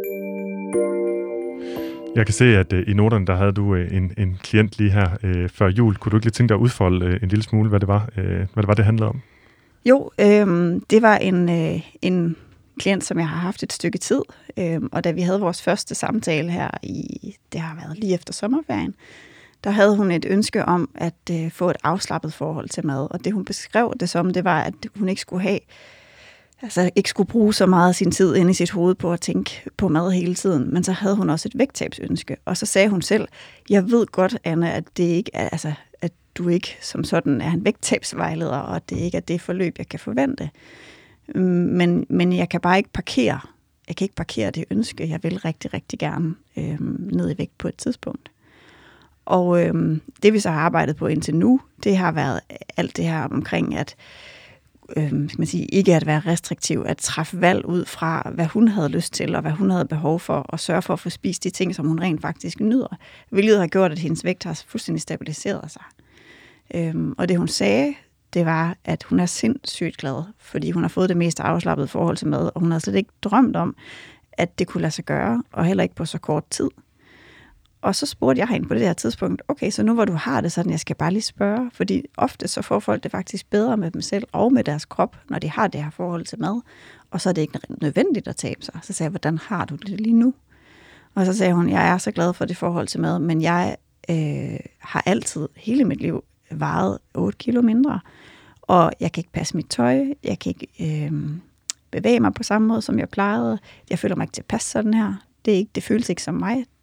Jeg kan se, at uh, i noterne, der havde du uh, en, en klient lige her uh, før jul. Kunne du ikke lige tænke dig at udfolde uh, en lille smule, hvad det var, uh, hvad det var, det handlede om? Jo, øh, det var en, øh, en klient, som jeg har haft et stykke tid. Øh, og da vi havde vores første samtale her, i det har været lige efter sommerferien, der havde hun et ønske om at øh, få et afslappet forhold til mad. Og det, hun beskrev det som, det var, at hun ikke skulle have Altså ikke skulle bruge så meget af sin tid inde i sit hoved på at tænke på mad hele tiden, men så havde hun også et vægttabsønske. Og så sagde hun selv, jeg ved godt, Anne, at det ikke er, altså, at du ikke som sådan er en vægttabsvejleder, og at det ikke er det forløb, jeg kan forvente. Men, men jeg kan bare ikke parkere. Jeg kan ikke parkere det ønske, jeg vil rigtig, rigtig gerne øh, ned i vægt på et tidspunkt. Og øh, det vi så har arbejdet på indtil nu, det har været alt det her omkring, at Øh, skal man sige, ikke at være restriktiv, at træffe valg ud fra, hvad hun havde lyst til, og hvad hun havde behov for, og sørge for at få spist de ting, som hun rent faktisk nyder, hvilket har gjort, at hendes vægt har fuldstændig stabiliseret sig. Øhm, og det hun sagde, det var, at hun er sindssygt glad, fordi hun har fået det mest afslappede forhold til mad, og hun har slet ikke drømt om, at det kunne lade sig gøre, og heller ikke på så kort tid. Og så spurgte jeg hende på det her tidspunkt, okay, så nu hvor du har det sådan, jeg skal bare lige spørge, fordi ofte så får folk det faktisk bedre med dem selv og med deres krop, når de har det her forhold til mad, og så er det ikke nødvendigt at tabe sig. Så sagde jeg, hvordan har du det lige nu? Og så sagde hun, jeg er så glad for det forhold til mad, men jeg øh, har altid hele mit liv vejet otte kilo mindre, og jeg kan ikke passe mit tøj, jeg kan ikke øh, bevæge mig på samme måde, som jeg plejede, jeg føler mig ikke tilpas sådan her, det, er ikke, det føles ikke som mig.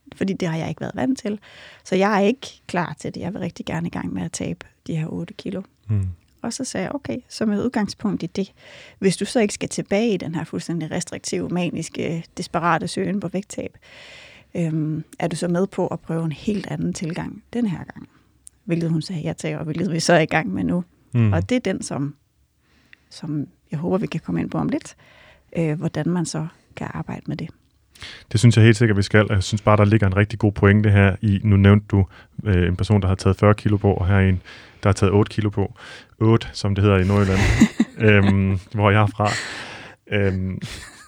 fordi det har jeg ikke været vant til. Så jeg er ikke klar til det. Jeg vil rigtig gerne i gang med at tabe de her otte kilo. Mm. Og så sagde jeg, okay, så med udgangspunkt i det, hvis du så ikke skal tilbage i den her fuldstændig restriktive, maniske, desperate søgen på vægttab, øhm, er du så med på at prøve en helt anden tilgang den her gang? Hvilket hun sagde ja til, og hvilket vi så er i gang med nu. Mm. Og det er den, som, som jeg håber, vi kan komme ind på om lidt, øh, hvordan man så kan arbejde med det. Det synes jeg helt sikkert, vi skal. Jeg synes bare, der ligger en rigtig god pointe her i, nu nævnte du øh, en person, der har taget fyrre kilo på, og her en, der har taget otte kilo på. otte, som det hedder i Nordjylland, øhm, hvor jeg er fra. Øhm,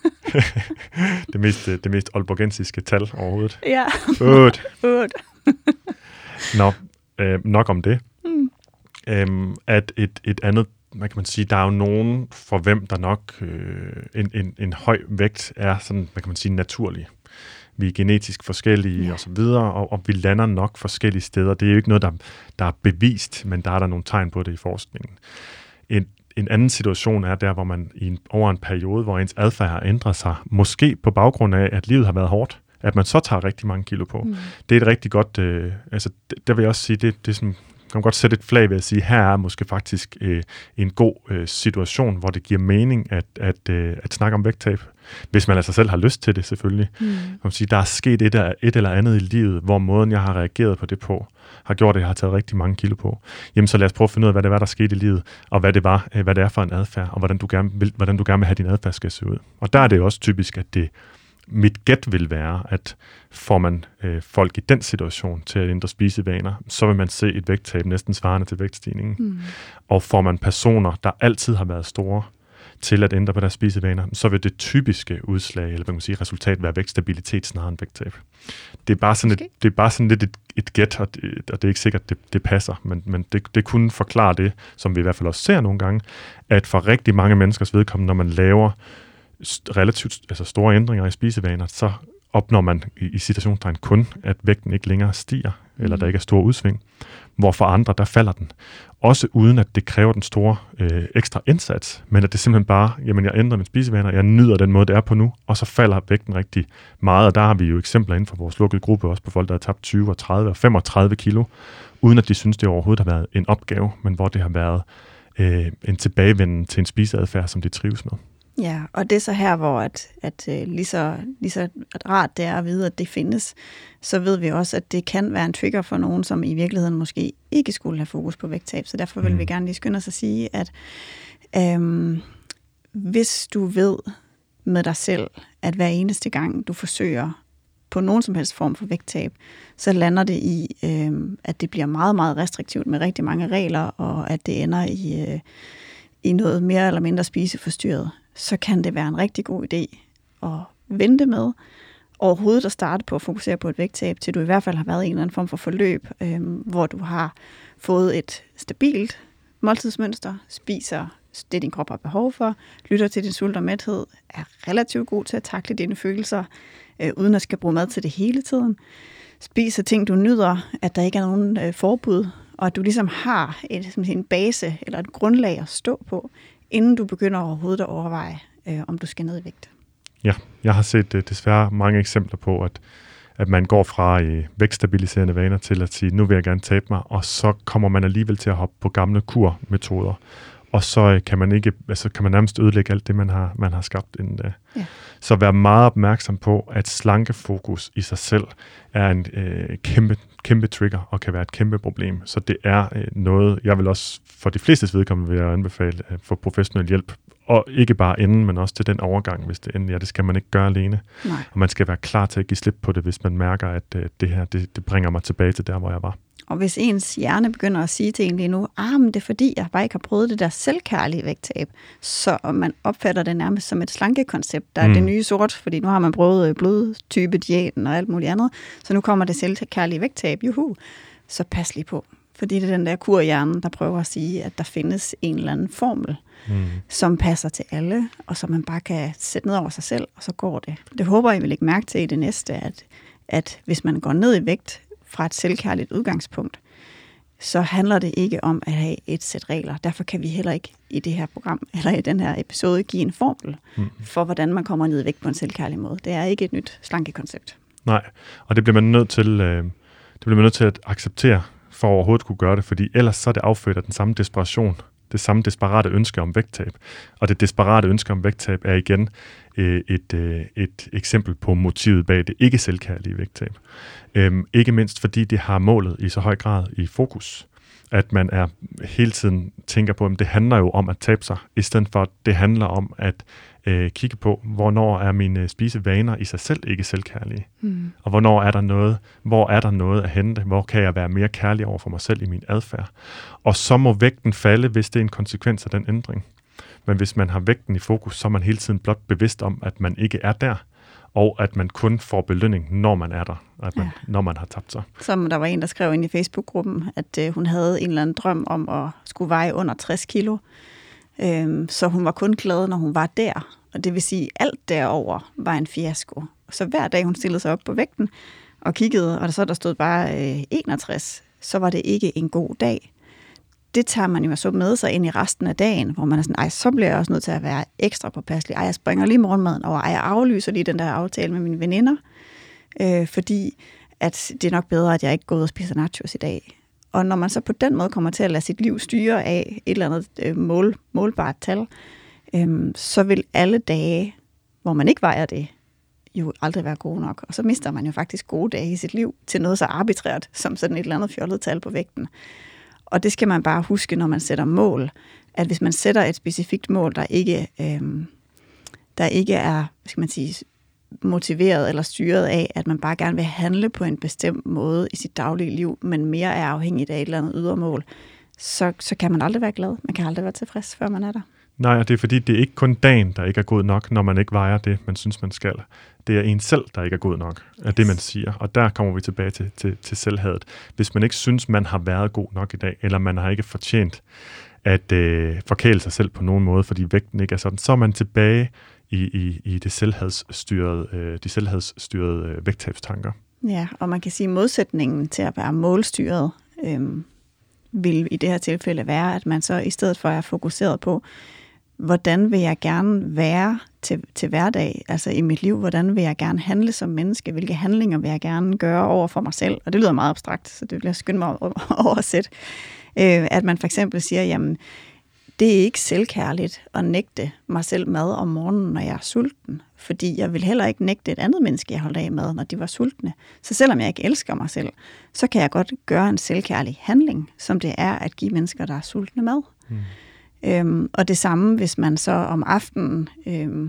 det, mest, det mest aalborgensiske tal overhovedet. Ja. otte. otte. Nå, øh, nok om det. Mm. Øhm, at et, et andet, hvad kan man sige, der er jo nogen, for hvem der nok øh, en, en, en høj vægt er sådan, hvad kan man sige, naturlig. Vi er genetisk forskellige ja. og så videre, og, og vi lander nok forskellige steder. Det er jo ikke noget, der, der er bevist, men der er der nogle tegn på det i forskningen. En, en anden situation er der, hvor man i en, over en periode, hvor ens adfærd har ændret sig, måske på baggrund af, at livet har været hårdt, at man så tager rigtig mange kilo på. Mm. Det er et rigtig godt, øh, altså der vil jeg også sige, det, det er sådan, kan man godt sætte et flag ved at sige, her er måske faktisk øh, en god øh, situation, hvor det giver mening at, at, øh, at snakke om vægttab. Hvis man altså selv har lyst til det, selvfølgelig. Mm. Kan man sige, der er sket et, et eller andet i livet, hvor måden, jeg har reageret på det på, har gjort, at jeg har taget rigtig mange kilo på. Jamen, så lad os prøve at finde ud af, hvad det var, der skete i livet, og hvad det var, øh, hvad det er for en adfærd, og hvordan du gerne vil, hvordan du gerne vil have din adfærd skal se ud. Og der er det jo også typisk, at det mit gæt vil være, at får man øh, folk i den situation til at ændre spisevaner, så vil man se et vægttab næsten svarende til vægtstigningen. Mm. Og får man personer, der altid har været store, til at ændre på deres spisevaner, så vil det typiske udslag, eller hvad kan man sige, resultat være vægtstabilitet snarere end vægttab. Det er bare sådan, et, det er bare sådan lidt et, et gæt, og det, og det er ikke sikkert, at det, det passer, men, men det, det kunne forklare det, som vi i hvert fald også ser nogle gange, at for rigtig mange menneskers vedkommende, når man laver relativt altså store ændringer i spisevaner, så opnår man i, i situationstegn kun, at vægten ikke længere stiger, eller mm. der ikke er store udsving, hvor for andre, der falder den. Også uden, at det kræver den store øh, ekstra indsats, men at det simpelthen bare, jamen jeg ændrer mine spisevaner, jeg nyder den måde, det er på nu, og så falder vægten rigtig meget, og der har vi jo eksempler inden for vores lukkede gruppe, også på folk, der har tabt tyve og tredive og femogtredive kilo, uden at de synes, det overhovedet har været en opgave, men hvor det har været øh, en tilbagevenden til en spiseadfærd, som de trives med. Ja, og det er så her, hvor at, at lige, så, lige så rart det er at vide, at det findes, så ved vi også, at det kan være en trigger for nogen, som i virkeligheden måske ikke skulle have fokus på vægttab. Så derfor vil mm. vi gerne lige skynde os at sige, at øhm, hvis du ved med dig selv, at hver eneste gang, du forsøger på nogen som helst form for vægttab, så lander det i, øhm, at det bliver meget, meget restriktivt med rigtig mange regler, og at det ender i, øh, i noget mere eller mindre spiseforstyrret, så kan det være en rigtig god idé at vente med overhovedet at starte på at fokusere på et vægttab, til du i hvert fald har været i en eller anden form for forløb, øh, hvor du har fået et stabilt måltidsmønster, spiser det, din krop har behov for, lytter til din sult og mæthed, er relativt god til at takle dine følelser, øh, uden at skal bruge mad til det hele tiden, spiser ting, du nyder, at der ikke er nogen øh, forbud, og at du ligesom har et, en base eller et grundlag at stå på, inden du begynder overhovedet at overveje, øh, om du skal ned i vægt. Ja, jeg har set uh, desværre mange eksempler på, at, at man går fra uh, vægtstabiliserende vaner til at sige, nu vil jeg gerne tabe mig, og så kommer man alligevel til at hoppe på gamle kurmetoder. Og så uh, kan man ikke, altså kan man nærmest ødelægge alt det, man har, man har skabt inden da. Ja. Så vær meget opmærksom på, at slankefokus i sig selv er en uh, kæmpe, kæmpe trigger og kan være et kæmpe problem. Så det er uh, noget, jeg vil også for de flestes vedkommende vil jeg anbefale uh, for professionel hjælp. Og ikke bare inden, men også til den overgang, hvis det ender. Ja, det skal man ikke gøre alene. Nej. Og man skal være klar til at give slip på det, hvis man mærker, at uh, det her det, det bringer mig tilbage til der, hvor jeg var. Og hvis ens hjerne begynder at sige til en lige nu, ah, men det er fordi, jeg bare ikke har prøvet det der selvkærlige vægttab, så man opfatter det nærmest som et slankekoncept, der er mm. det nye sort, fordi nu har man prøvet blodtype-diæten og alt muligt andet, så nu kommer det selvkærlige vægttab, juhu, så pas lige på. Fordi det er den der kurhjernen, der prøver at sige, at der findes en eller anden formel, mm. som passer til alle, og som man bare kan sætte ned over sig selv, og så går det. Det håber jeg vil lægge mærke til i det næste, at, at hvis man går ned i vægt fra et selvkærligt udgangspunkt, så handler det ikke om at have et sæt regler. Derfor kan vi heller ikke i det her program, eller i den her episode, give en formel mm. for, hvordan man kommer ned i vægt på en selvkærlig måde. Det er ikke et nyt slankekoncept. Nej, og det bliver man nødt til, øh, det bliver man nødt til at acceptere, for at overhovedet kunne gøre det, fordi ellers så er det affødt af den samme desperation, det samme desperate ønske om vægttab. Og det desperate ønske om vægttab er igen øh, et, øh, et eksempel på motivet bag det ikke selvkærlige vægttab. Øhm, ikke mindst fordi det har målet i så høj grad i fokus, at man er hele tiden tænker på, at det handler jo om at tabe sig, i stedet for at det handler om at øh, kigge på, hvornår er mine spisevaner i sig selv ikke selvkærlige, mm. og hvornår er der noget, hvor er der noget at hente, hvor kan jeg være mere kærlig over for mig selv i min adfærd. Og så må vægten falde, hvis det er en konsekvens af den ændring. Men hvis man har vægten i fokus, så er man hele tiden blot bevidst om, at man ikke er der, og at man kun får belønning, når man er der, at man, ja. når man har tabt sig. Som der var en, der skrev ind i Facebook-gruppen, at øh, hun havde en eller anden drøm om at skulle veje under tres kilo. Øhm, så hun var kun glad, når hun var der. Og det vil sige, at alt derover var en fiasko. Så hver dag, hun stillede sig op på vægten og kiggede, og så der stod bare øh, enogtres, så var det ikke en god dag. Det tager man jo så med sig ind i resten af dagen, hvor man er sådan, ej, så bliver jeg også nødt til at være ekstra påpasselig. Ej, jeg springer lige morgenmaden over, ej, jeg aflyser lige den der aftale med mine veninder, øh, fordi at det er nok bedre, at jeg ikke går ud og spiser nachos i dag. Og når man så på den måde kommer til at lade sit liv styre af et eller andet øh, mål, målbart tal, øh, så vil alle dage, hvor man ikke vejer det, jo aldrig være gode nok. Og så mister man jo faktisk gode dage i sit liv til noget så arbitrært, som sådan et eller andet fjollet tal på vægten. Og det skal man bare huske, når man sætter mål, at hvis man sætter et specifikt mål, der ikke, øh, der ikke er, hvad skal man sige, motiveret eller styret af, at man bare gerne vil handle på en bestemt måde i sit daglige liv, men mere er afhængigt af et eller andet ydermål, så, så kan man aldrig være glad. Man kan aldrig være tilfreds, før man er der. Nej, og det er fordi, det er ikke kun dagen, der ikke er god nok, når man ikke vejer det, man synes, man skal. Det er en selv, der ikke er god nok, af det, man siger. Og der kommer vi tilbage til, til, til selvhadet. Hvis man ikke synes, man har været god nok i dag, eller man har ikke fortjent at øh, forkæle sig selv på nogen måde, fordi vægten ikke er sådan, så er man tilbage i, i, i det selvhadsstyrede, øh, de selvhadsstyrede øh, vægttabstanker. Ja, og man kan sige, at modsætningen til at være målstyret øh, vil i det her tilfælde være, at man så i stedet for at være fokuseret på, hvordan vil jeg gerne være til, til hverdag, altså i mit liv, hvordan vil jeg gerne handle som menneske, hvilke handlinger vil jeg gerne gøre over for mig selv, og det lyder meget abstrakt, så det vil jeg skynde mig at oversætte, øh, at man for eksempel siger, jamen, det er ikke selvkærligt at nægte mig selv mad om morgenen, når jeg er sulten, fordi jeg vil heller ikke nægte et andet menneske, jeg holdt af mad, når de var sultne. Så selvom jeg ikke elsker mig selv, så kan jeg godt gøre en selvkærlig handling, som det er at give mennesker, der er sultne, mad. Mm. Øhm, og det samme, hvis man så om aftenen øhm,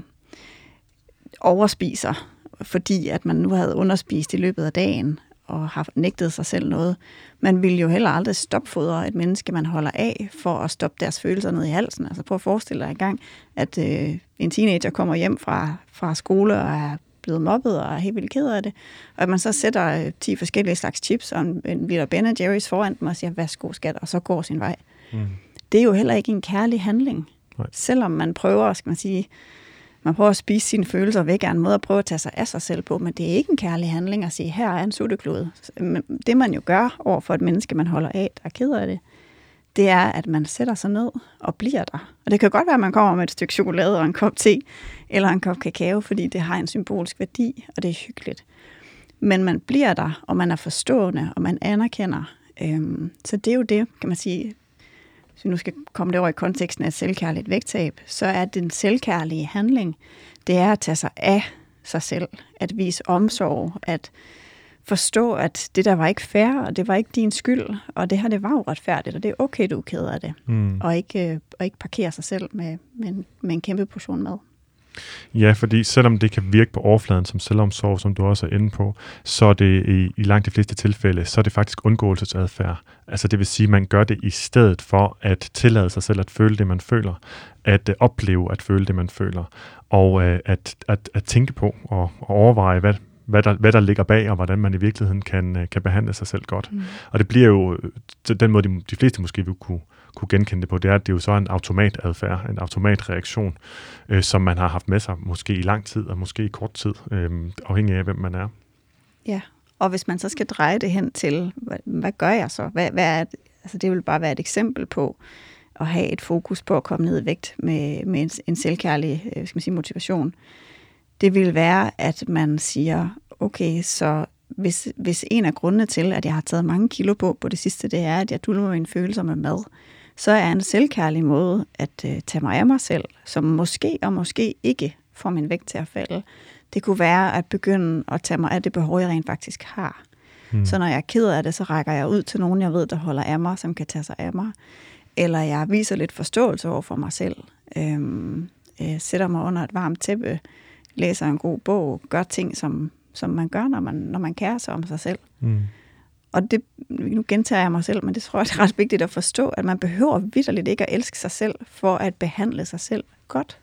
overspiser, fordi at man nu havde underspist i løbet af dagen, og har nægtet sig selv noget. Man vil jo heller aldrig stopfodre et menneske, man holder af, for at stoppe deres følelser ned i halsen. Altså prøv at forestille dig en gang, at øh, en teenager kommer hjem fra, fra skole og er blevet mobbet og er helt vildt ked af det, og at man så sætter øh, ti forskellige slags chips og en, en liter Ben and Jerry's foran dem og siger, værsgo skat, og så går sin vej. Mm. Det er jo heller ikke en kærlig handling. Nej. Selvom man prøver, skal man sige, man prøver at spise sine følelser væk af en måde at prøve at tage sig af sig selv på, men det er ikke en kærlig handling at sige, her er en sutteklode. Det man jo gør over for et menneske, man holder af, der er ked af det, det er, at man sætter sig ned og bliver der. Og det kan godt være, at man kommer med et stykke chokolade og en kop te, eller en kop kakao, fordi det har en symbolsk værdi, og det er hyggeligt. Men man bliver der, og man er forstående, og man anerkender. Øhm, så det er jo det, kan man sige. Hvis vi nu skal komme det over i konteksten af et selvkærligt vægttab, så er den selvkærlige handling, det er at tage sig af sig selv, at vise omsorg, at forstå, at det der var ikke fair, og det var ikke din skyld, og det her, det var uretfærdigt, og det er okay, du er ked af det, mm. og, ikke, og ikke parkere sig selv med, med, en, med en kæmpe portion mad. Ja, fordi selvom det kan virke på overfladen som selvomsorg, som du også er inde på, så er det i, i langt de fleste tilfælde, så er det faktisk undgåelsesadfærd. Altså det vil sige, at man gør det i stedet for at tillade sig selv at føle det, man føler, at uh, opleve at føle det, man føler, og uh, at, at, at tænke på og, og overveje, hvad, hvad, der, hvad der ligger bag, og hvordan man i virkeligheden kan, uh, kan behandle sig selv godt. Mm. Og det bliver jo, den måde de, de fleste måske vil kunne kunne genkende det på, det er, at det er jo så en automatadfærd, en automatreaktion, øh, som man har haft med sig, måske i lang tid, og måske i kort tid, øh, afhængig af, hvem man er. Ja, og hvis man så skal dreje det hen til, hvad, hvad gør jeg så? Hvad, hvad er, altså det vil bare være et eksempel på at have et fokus på at komme ned i vægt med, med en, en selvkærlig, skal man sige, motivation. det vil være, at man siger, okay, så hvis, hvis en af grundene til, at jeg har taget mange kilo på på det sidste, det er, at jeg dulmer mine følelser med mad, så er en selvkærlig måde at øh, tage mig af mig selv, som måske og måske ikke får min vægt til at falde. Det kunne være at begynde at tage mig af det behov, jeg rent faktisk har. Mm. Så når jeg er ked af det, så rækker jeg ud til nogen, jeg ved, der holder af mig, som kan tage sig af mig. Eller jeg viser lidt forståelse over for mig selv. Øhm, øh, sætter mig under et varmt tæppe, læser en god bog, gør ting, som, som man gør, når man, når man kærer sig om sig selv. Mm. Og det, nu gentager jeg mig selv, men det tror jeg, det er ret vigtigt at forstå, at man behøver vitterligt ikke at elske sig selv, for at behandle sig selv godt.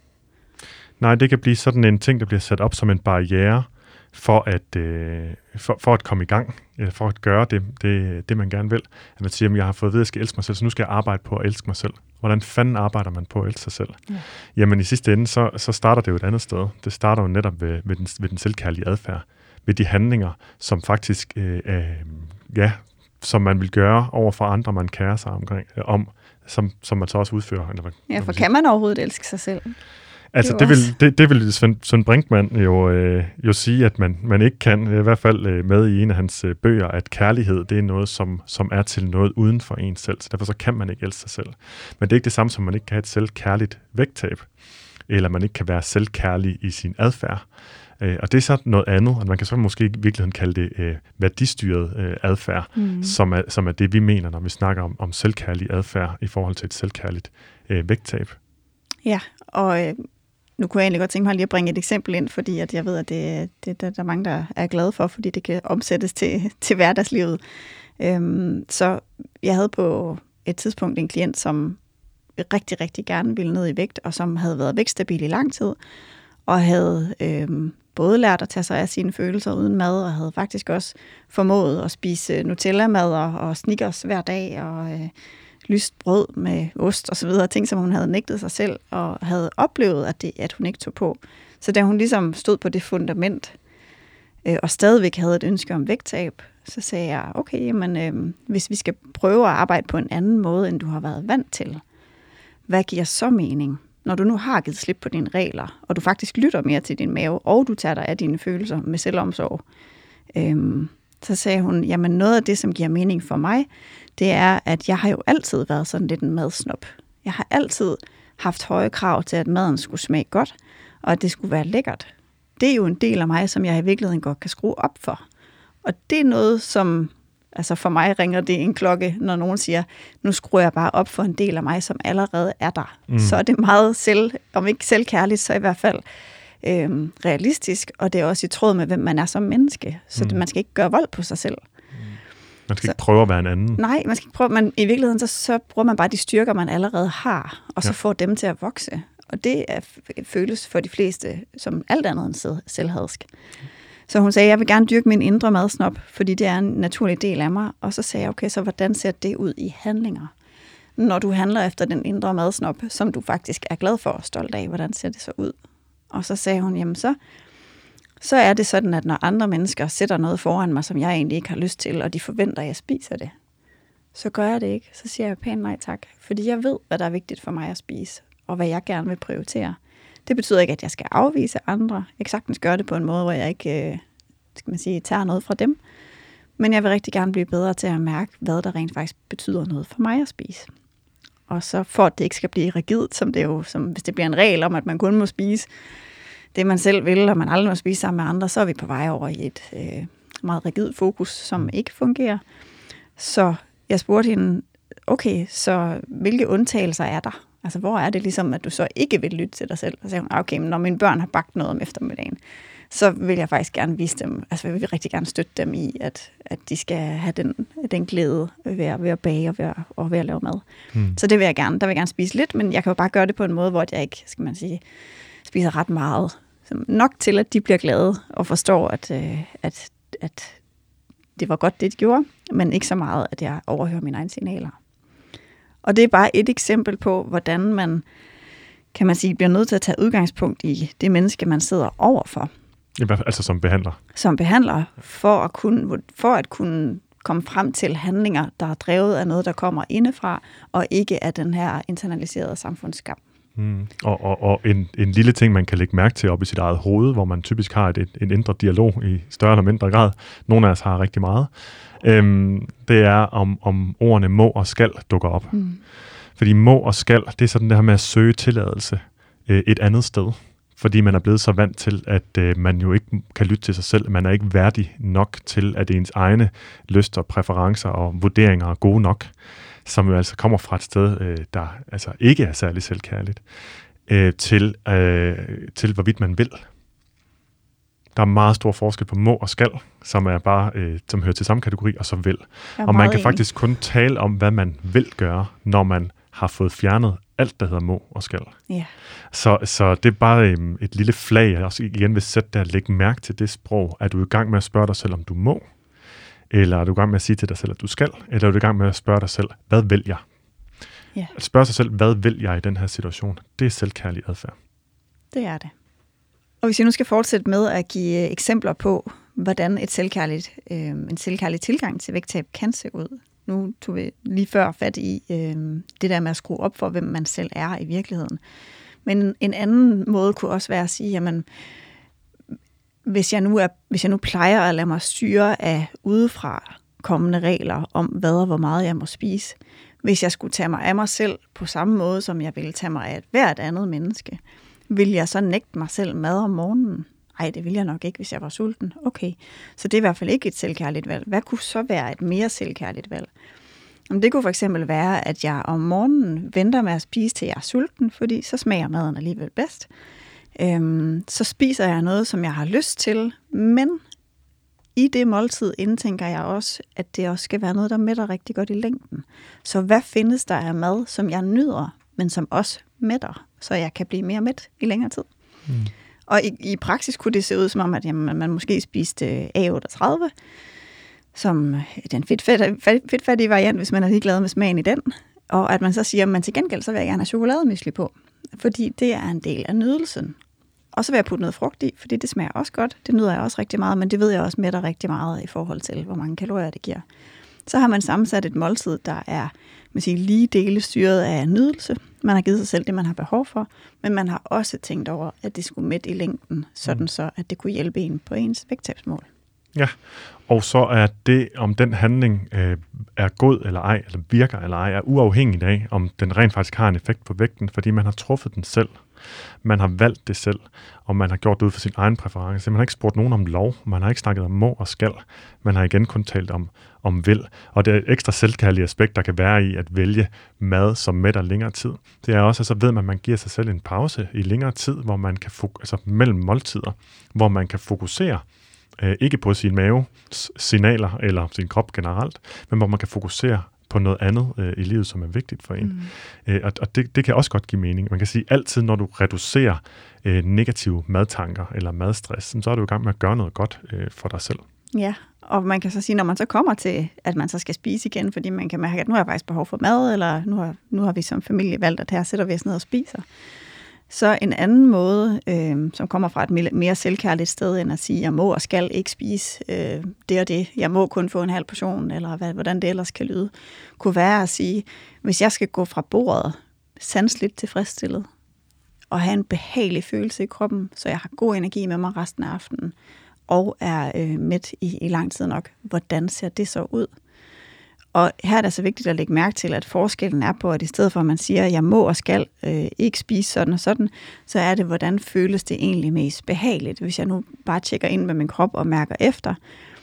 Nej, det kan blive sådan en ting, der bliver sat op som en barriere, for at, øh, for, for at komme i gang, eller for at gøre det, det, det man gerne vil. At man siger, at jeg har fået at vide, at jeg skal elske mig selv, så nu skal jeg arbejde på at elske mig selv. Hvordan fanden arbejder man på at elske sig selv? Ja. Jamen i sidste ende, så, så starter det jo et andet sted. Det starter jo netop ved, ved, den, ved den selvkærlige adfærd. Ved de handlinger, som faktisk, øh, øh, ja, som man vil gøre over for andre, man kærer sig omkring, øh, om, som, som man så også udfører. Eller, ja, for kan man overhovedet elske sig selv? Altså, det, det, vil, det, det vil Svend, Svend Brinkmann jo, øh, jo sige, at man, man ikke kan, i hvert fald øh, med i en af hans øh, bøger, at kærlighed, det er noget, som, som er til noget uden for en selv. Så derfor så kan man ikke elske sig selv. Men det er ikke det samme, som man ikke kan have et selvkærligt vægttab, eller man ikke kan være selvkærlig i sin adfærd. Øh, og det er så noget andet, og man kan så måske i virkeligheden kalde det øh, værdistyret øh, adfærd, mm. som, er, som er det, vi mener, når vi snakker om, om selvkærlig adfærd i forhold til et selvkærligt øh, vægttab. Ja, og øh, nu kunne jeg egentlig godt tænke mig lige at bringe et eksempel ind, fordi at jeg ved, at det, det der er mange, der er glade for, fordi det kan omsættes til, til hverdagslivet. Øhm, så jeg havde på et tidspunkt en klient, som rigtig, rigtig gerne ville ned i vægt, og som havde været vægtstabil i lang tid, og havde øhm, både lært at tage sig af sine følelser uden mad, og havde faktisk også formået at spise Nutella-mad og, og Snickers hver dag, og øh, lyst brød med ost og så videre, ting, som hun havde nægtet sig selv, og havde oplevet, at, det, at hun ikke tog på. Så da hun ligesom stod på det fundament, øh, og stadigvæk havde et ønske om vægttab, så sagde jeg, okay, men øh, hvis vi skal prøve at arbejde på en anden måde, end du har været vant til, hvad giver så mening? Når du nu har givet slip på dine regler, og du faktisk lytter mere til din mave, og du tager dig af dine følelser med selvomsorg, øh, så sagde hun, jamen noget af det, som giver mening for mig, det er, at jeg har jo altid været sådan lidt en madsnop. Jeg har altid haft høje krav til, at maden skulle smage godt, og at det skulle være lækkert. Det er jo en del af mig, som jeg i virkeligheden godt kan skrue op for. Og det er noget, som, altså for mig ringer det en klokke, når nogen siger, nu skruer jeg bare op for en del af mig, som allerede er der. Mm. Så er det meget selv, om ikke selvkærligt, så i hvert fald øhm, realistisk, og det er også i tråd med, hvem man er som menneske. Så mm. det, man skal ikke gøre vold på sig selv. Man skal så, ikke prøve at være en anden. Nej, man skal ikke prøve, men i virkeligheden så, så bruger man bare de styrker, man allerede har, og så ja. får dem til at vokse. Og det er, føles for de fleste som alt andet end selvhadsk. Så hun sagde, jeg vil gerne dyrke min indre madsnop, fordi det er en naturlig del af mig. Og så sagde jeg, okay, så hvordan ser det ud i handlinger? Når du handler efter den indre madsnop, som du faktisk er glad for og stolt af, hvordan ser det så ud? Og så sagde hun, jamen så... så er det sådan, at når andre mennesker sætter noget foran mig, som jeg egentlig ikke har lyst til, og de forventer, at jeg spiser det, så gør jeg det ikke. Så siger jeg pænt nej tak, fordi jeg ved, hvad der er vigtigt for mig at spise, og hvad jeg gerne vil prioritere. Det betyder ikke, at jeg skal afvise andre. Jeg kan sagtens gøre det på en måde, hvor jeg ikke skal man sige, tager noget fra dem. Men jeg vil rigtig gerne blive bedre til at mærke, hvad der rent faktisk betyder noget for mig at spise. Og så for at det ikke skal blive rigidt, som det jo, som hvis det bliver en regel om, at man kun må spise det, man selv vil, og man aldrig må spise sammen med andre, så er vi på vej over i et øh, meget rigidt fokus, som ikke fungerer. Så jeg spurgte hende, okay, så hvilke undtagelser er der? Altså, hvor er det ligesom, at du så ikke vil lytte til dig selv? Så sagde hun, okay, men når mine børn har bagt noget om eftermiddagen, så vil jeg faktisk gerne vise dem, altså jeg vil rigtig gerne støtte dem i, at, at de skal have den, den glæde ved at, ved at bage og ved at, og ved at lave mad. Hmm. Så det vil jeg gerne. Der vil jeg gerne spise lidt, men jeg kan jo bare gøre det på en måde, hvor jeg ikke, skal man sige, spiser ret meget. Så nok til, at de bliver glade og forstår, at, at, at det var godt, det de gjorde, men ikke så meget, at jeg overhører mine egne signaler. Og det er bare et eksempel på, hvordan man, kan man sige, bliver nødt til at tage udgangspunkt i det menneske, man sidder overfor. Altså som behandler? Som behandler, for at kunne, for at kunne komme frem til handlinger, der er drevet af noget, der kommer indefra, og ikke af den her internaliserede samfundsskam. Mm. Og, og, og en, en lille ting, man kan lægge mærke til op i sit eget hoved, hvor man typisk har et, et, en indre dialog i større eller mindre grad. Nogle af os har rigtig meget. Øhm, det er, om, om ordene må og skal dukker op. Mm. Fordi må og skal, det er sådan det her med at søge tilladelse øh, et andet sted. Fordi man er blevet så vant til, at øh, man jo ikke kan lytte til sig selv. Man er ikke værdig nok til, at ens egne lyster, præferencer og vurderinger er gode nok, som jo altså kommer fra et sted, øh, der altså ikke er særlig selvkærligt, øh, til, øh, til hvorvidt man vil. Der er meget stor forskel på må og skal, som er bare, øh, som hører til samme kategori, og så vil. Og man kan enig. faktisk kun tale om, hvad man vil gøre, når man har fået fjernet alt, der hedder må og skal. Ja. Så, så det er bare um, et lille flag, jeg også igen vil sætte der og lægge mærke til det sprog. Er du i gang med at spørge dig selv, om du må? Eller er du i gang med at sige til dig selv, at du skal? Eller er du i gang med at spørge dig selv, hvad vil jeg? Ja. At spørge sig selv, hvad vil jeg i den her situation? Det er selvkærlig adfærd. Det er det. Og hvis jeg nu skal fortsætte med at give eksempler på, hvordan et selvkærligt, øh, en selvkærlig tilgang til vægttab kan se ud. Nu tog vi lige før fat i øh, det der med at skrue op for, hvem man selv er i virkeligheden. Men en anden måde kunne også være at sige, jamen, hvis jeg nu, er, hvis jeg nu plejer at lade mig styre af udefra kommende regler om, hvad og hvor meget jeg må spise, hvis jeg skulle tage mig af mig selv på samme måde, som jeg ville tage mig af et hvert andet menneske, vil jeg så nægte mig selv mad om morgenen? Ej, det ville jeg nok ikke, hvis jeg var sulten. Okay, så det er i hvert fald ikke et selvkærligt valg. Hvad kunne så være et mere selvkærligt valg? Det kunne for eksempel være, at jeg om morgenen venter med at spise, til jeg er sulten, fordi så smager maden alligevel bedst. Øhm, så spiser jeg noget, som jeg har lyst til, men i det måltid indtænker jeg også, at det også skal være noget, der mætter rigtig godt i længden. Så hvad findes der af mad, som jeg nyder, men som også mætter, så jeg kan blive mere mæt i længere tid? Mm. Og i, i praksis kunne det se ud som om, at jamen, man måske spiste A otteogtredive, som den fedtfattige variant, hvis man er ligeglad med smagen i den. Og at man så siger, at man til gengæld, så vil jeg gerne have chokolademysli på. Fordi det er en del af nydelsen. Og så vil jeg putte noget frugt i, fordi det smager også godt. Det nyder jeg også rigtig meget, men det ved jeg også mætter rigtig meget i forhold til, hvor mange kalorier det giver. Så har man sammensat et måltid, der er man siger, lige dele styret af nydelse. Man har givet sig selv det, man har behov for, men man har også tænkt over, at det skulle mætte i længden, sådan så, at det kunne hjælpe en på ens vægttabsmål. Ja, og så er det, om den handling øh, er god eller ej, eller virker eller ej, er uafhængigt af, om den rent faktisk har en effekt på vægten, fordi man har truffet den selv. Man har valgt det selv, og man har gjort det ud for sin egen præference. Man har ikke spurgt nogen om lov, man har ikke snakket om må og skal. Man har igen kun talt om, om vil. Og det er et ekstra selvkærlige aspekt, der kan være i at vælge mad, som mætter længere tid. Det er også, at så ved man, at man giver sig selv en pause i længere tid, hvor man kan fok- altså mellem måltider, hvor man kan fokusere øh, ikke på sin mave, signaler eller sin krop generelt, men hvor man kan fokusere på noget andet øh, i livet, som er vigtigt for en. Mm. Øh, og og det, det kan også godt give mening. Man kan sige, altid når du reducerer øh, negative madtanker eller madstress, så er du i gang med at gøre noget godt øh, for dig selv. Ja, og man kan så sige, når man så kommer til, at man så skal spise igen, fordi man kan mærke, at nu har jeg faktisk behov for mad, eller nu har, nu har vi som familie valgt, at her sætter vi os ned og spiser. Så en anden måde, øh, som kommer fra et mere selvkærligt sted, end at sige, at jeg må og skal ikke spise øh, det og det. Jeg må kun få en halv portion, eller hvad, hvordan det ellers kan lyde, kunne være at sige, hvis jeg skal gå fra bordet sanseligt tilfredsstillet, og have en behagelig følelse i kroppen, så jeg har god energi med mig resten af aftenen, og er øh, mæt i, i lang tid nok, hvordan ser det så ud? Og her er det så vigtigt at lægge mærke til, at forskellen er på, at i stedet for at man siger, at jeg må og skal øh, ikke spise sådan og sådan, så er det, hvordan føles det egentlig mest behageligt. Hvis jeg nu bare tjekker ind med min krop og mærker efter,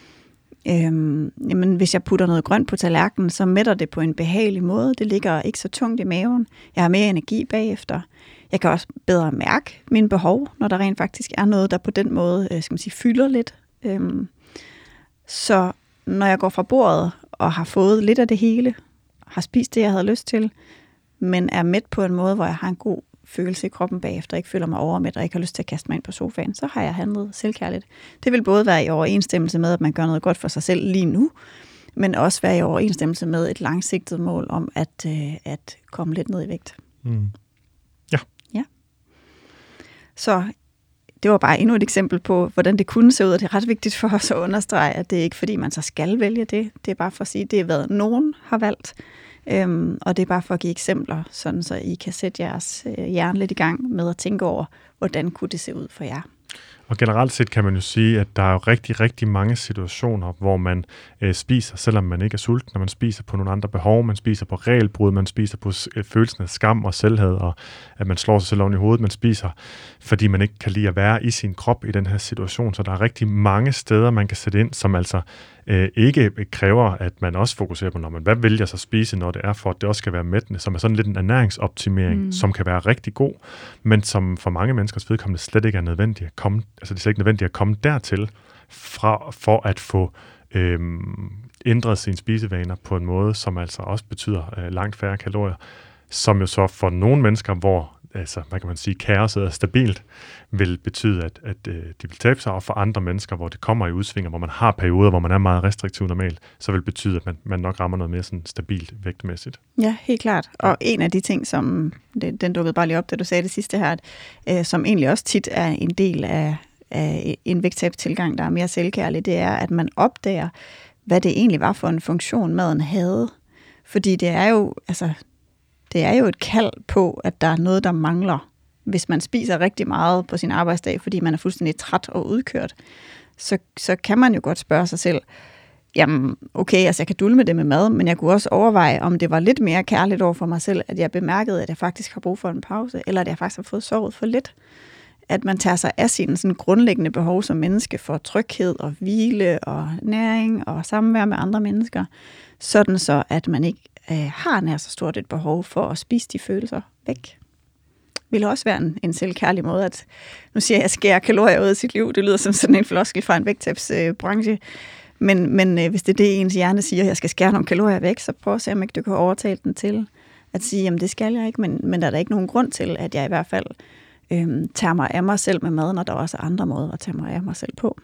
øhm, jamen hvis jeg putter noget grønt på tallerkenen, så mætter det på en behagelig måde. Det ligger ikke så tungt i maven. Jeg har mere energi bagefter. Jeg kan også bedre mærke mine behov, når der rent faktisk er noget, der på den måde øh, skal man sige, fylder lidt. Øhm, så når jeg går fra bordet og har fået lidt af det hele, har spist det, jeg havde lyst til, men er mæt på en måde, hvor jeg har en god følelse i kroppen bagefter, ikke føler mig overmæt og ikke har lyst til at kaste mig ind på sofaen, så har jeg handlet selvkærligt. Det vil både være i overensstemmelse med, at man gør noget godt for sig selv lige nu, men også være i overensstemmelse med et langsigtet mål om at, øh, at komme lidt ned i vægt. Mm. Ja. Ja. Så det var bare endnu et eksempel på, hvordan det kunne se ud, og det er ret vigtigt for os at understrege, at det er ikke fordi, man så skal vælge det. Det er bare for at sige, at det er, hvad nogen har valgt. Øhm, og det er bare for at give eksempler, sådan så I kan sætte jeres øh, hjerne lidt i gang med at tænke over, hvordan kunne det se ud for jer. Og generelt set kan man jo sige, at der er jo rigtig, rigtig mange situationer, hvor man øh, spiser, selvom man ikke er sulten, når man spiser på nogle andre behov, man spiser på regelbrud, man spiser på øh, følelsen af skam og selvhed, og at man slår sig selv oven i hovedet, man spiser, fordi man ikke kan lide at være i sin krop i den her situation. Så der er rigtig mange steder, man kan sætte ind, som altså øh, ikke kræver, at man også fokuserer på, når man, hvad vil jeg så spise, når det er for, at det også skal være mættende, som er sådan lidt en ernæringsoptimering, mm. som kan være rigtig god, men som for mange menneskers vedkommende slet ikke er nødvendigt at komme, altså det er slet ikke nødvendigt at komme dertil, fra, for at få øhm, ændret sine spisevaner på en måde, som altså også betyder øh, langt færre kalorier, som jo så for nogle mennesker, hvor altså, hvad kan man sige, kaoset er stabilt, vil betyde, at, at øh, de vil tabe sig, og for andre mennesker, hvor det kommer i udsvinger, hvor man har perioder, hvor man er meget restriktiv normalt, så vil det betyde, at man, man nok rammer noget mere sådan stabilt vægtmæssigt. Ja, helt klart. Og en af de ting, som det, den dukkede bare lige op, da du sagde det sidste her, at, øh, som egentlig også tit er en del af, af en vægttabstilgang, der er mere selvkærlig, det er, at man opdager, hvad det egentlig var for en funktion, maden havde. Fordi det er jo, altså, det er jo et kald på, at der er noget, der mangler. Hvis man spiser rigtig meget på sin arbejdsdag, fordi man er fuldstændig træt og udkørt, så, så kan man jo godt spørge sig selv, jamen okay, altså jeg kan dulme det med mad, men jeg kunne også overveje, om det var lidt mere kærligt over for mig selv, at jeg bemærkede, at jeg faktisk har brug for en pause, eller at jeg faktisk har fået sovet for lidt. At man tager sig af sine sådan grundlæggende behov som menneske for tryghed og hvile og næring og samvær med andre mennesker, sådan så, at man ikke øh, har nær så stort et behov for at spise de følelser væk. Vil også være en, en selvkærlig måde, at nu siger jeg, at jeg skærer kalorier ud af sit liv. Det lyder som sådan en floskel fra en vægttabsbranche. Øh, men men øh, hvis det er det, ens hjerne siger, at jeg skal skære nogle kalorier væk, så prøv at se, om ikke du kan overtale den til at sige, jamen det skal jeg ikke, men, men der er der ikke nogen grund til, at jeg i hvert fald øh, tager mig af mig selv med mad, når der også er andre måder at tage mig af mig selv på.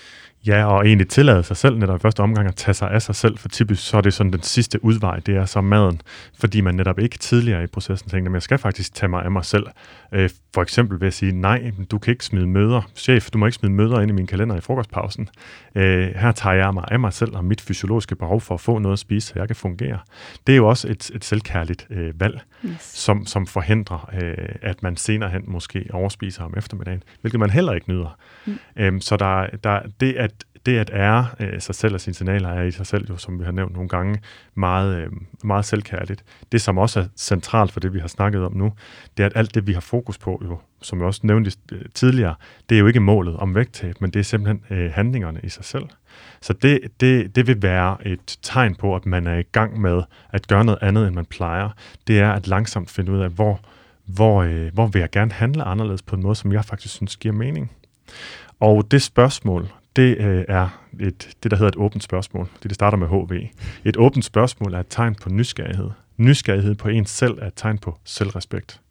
Ja, og egentlig tillade sig selv netop i første omgang at tage sig af sig selv, for typisk så er det sådan den sidste udvej, det er så maden, fordi man netop ikke tidligere i processen tænkte, at jeg skal faktisk tage mig af mig selv. For eksempel ved at sige, nej, du kan ikke smide møder. Chef, du må ikke smide møder ind i min kalender i frokostpausen. Her tager jeg mig af mig selv og mit fysiologiske behov for at få noget at spise, så jeg kan fungere. Det er jo også et, et selvkærligt øh, valg, yes. som, som forhindrer, øh, at man senere hen måske overspiser om eftermiddagen, hvilket man heller ikke nyder. Mm. Øhm, så der, der, det at Det at ære øh, sig selv og sine signaler er i sig selv, jo, som vi har nævnt nogle gange, meget, øh, meget selvkærligt. Det, som også er centralt for det, vi har snakket om nu, det er, at alt det, vi har fokus på, jo, som jeg også nævnte øh, tidligere, det er jo ikke målet om vægttab, men det er simpelthen øh, handlingerne i sig selv. Så det, det, det vil være et tegn på, at man er i gang med at gøre noget andet, end man plejer. Det er at langsomt finde ud af, hvor, hvor, øh, hvor vil jeg gerne handle anderledes på en måde, som jeg faktisk synes giver mening. Og det spørgsmål, det øh, er et, det, der hedder et åbent spørgsmål. Det, det starter med H V. Et åbent spørgsmål er et tegn på nysgerrighed. Nysgerrighed på ens selv er et tegn på selvrespekt.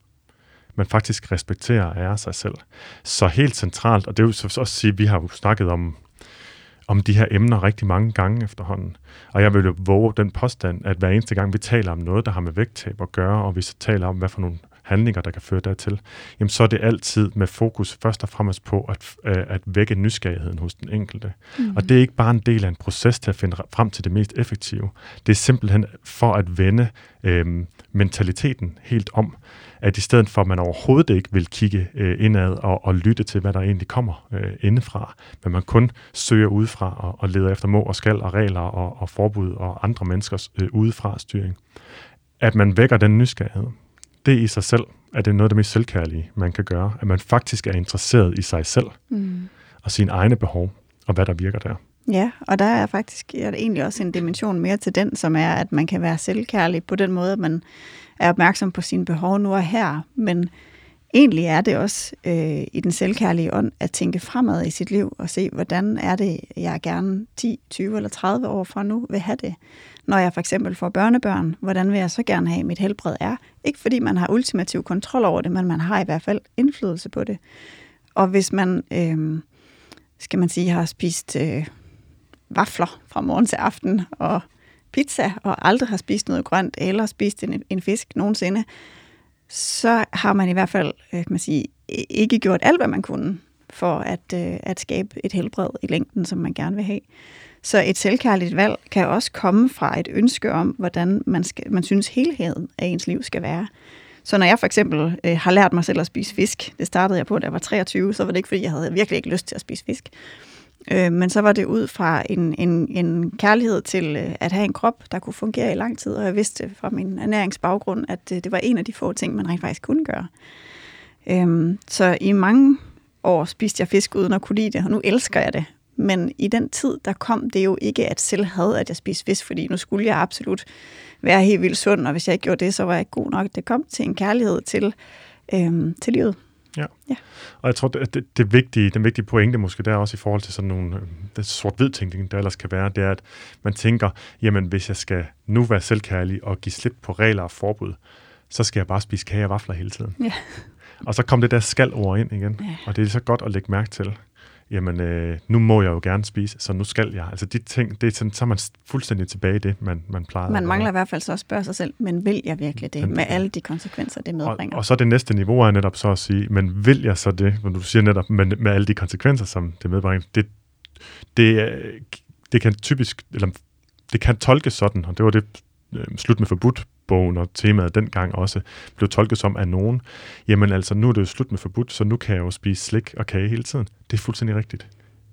Man faktisk respekterer og ærer sig selv. Så helt centralt, og det vil også sige, at vi har jo snakket om, om de her emner rigtig mange gange efterhånden. Og jeg vil jo våge den påstand, at hver eneste gang vi taler om noget, der har med vægttab at gøre, og vi så taler om, hvad for nogle handlinger, der kan føre dertil, jamen så er det altid med fokus først og fremmest på at, at vække nysgerrigheden hos den enkelte. Mm. Og det er ikke bare en del af en proces til at finde frem til det mest effektive. Det er simpelthen for at vende øh, mentaliteten helt om, at i stedet for, at man overhovedet ikke vil kigge øh, indad og, og lytte til, hvad der egentlig kommer øh, indefra, men man kun søger udefra og, og leder efter må og skal og regler og, og forbud og andre menneskers øh, udefra styring. At man vækker den nysgerrighed. Det i sig selv er det noget af det mest selvkærlige, man kan gøre. At man faktisk er interesseret i sig selv mm. og sine egne behov og hvad der virker der. Ja, og der er faktisk er der egentlig også en dimension mere til den, som er, at man kan være selvkærlig på den måde, at man er opmærksom på sine behov nu og her. Men egentlig er det også øh, i den selvkærlige ånd at tænke fremad i sit liv og se, hvordan er det, jeg gerne ti, tyve eller tredive år fra nu vil have det. Når jeg for eksempel får børnebørn, hvordan vil jeg så gerne have, at mit helbred er? Ikke fordi man har ultimativ kontrol over det, men man har i hvert fald indflydelse på det. Og hvis man, øh, skal man sige, har spist øh, vafler fra morgen til aften og pizza, og aldrig har spist noget grønt, eller spist en, en fisk nogensinde, så har man i hvert fald øh, kan man sige, ikke gjort alt, hvad man kunne for at, øh, at skabe et helbred i længden, som man gerne vil have. Så et selvkærligt valg kan også komme fra et ønske om, hvordan man, skal, man synes helheden af ens liv skal være. Så når jeg for eksempel øh, har lært mig selv at spise fisk, det startede jeg på, da jeg var treogtyve, så var det ikke, fordi jeg havde virkelig ikke lyst til at spise fisk. Øh, men så var det ud fra en, en, en kærlighed til øh, at have en krop, der kunne fungere i lang tid, og jeg vidste fra min ernæringsbaggrund, at øh, det var en af de få ting, man rent faktisk kunne gøre. Øh, så i mange år spiste jeg fisk uden at kunne lide det, og nu elsker jeg det. Men i den tid, der kom det jo ikke at selv havde, at jeg spiste fisk, fordi nu skulle jeg absolut være helt vildt sund, og hvis jeg ikke gjorde det, så var jeg ikke god nok. Det kom til en kærlighed til, øhm, til livet. Ja. ja, og jeg tror, at det, det vigtige, den vigtige pointe måske der også i forhold til sådan nogle øh, sort-hvid tænkning, der ellers kan være, det er, at man tænker, jamen hvis jeg skal nu være selvkærlig og give slip på regler og forbud, så skal jeg bare spise kage og vafler hele tiden. Ja. Og så kom det der skal-ord ind igen, ja. Og det er så godt at lægge mærke til. Jamen, øh, nu må jeg jo gerne spise, så nu skal jeg. Altså de ting, det er sådan, så er man fuldstændig tilbage i det, man, man plejede. Man mangler i hvert fald så at spørge sig selv, men vil jeg virkelig det, den, med alle de konsekvenser, det medbringer? Og, og så det næste niveau er netop så at sige, men vil jeg så det, når du siger netop, med, med alle de konsekvenser, som det medbringer, det, det, det kan typisk, eller det kan tolkes sådan, og det var det øh, slut med forbudt, bogen og temaet dengang også blev tolket som af nogen, jamen altså, nu er det jo slut med forbudt, så nu kan jeg jo spise slik og kage hele tiden. Det er fuldstændig rigtigt.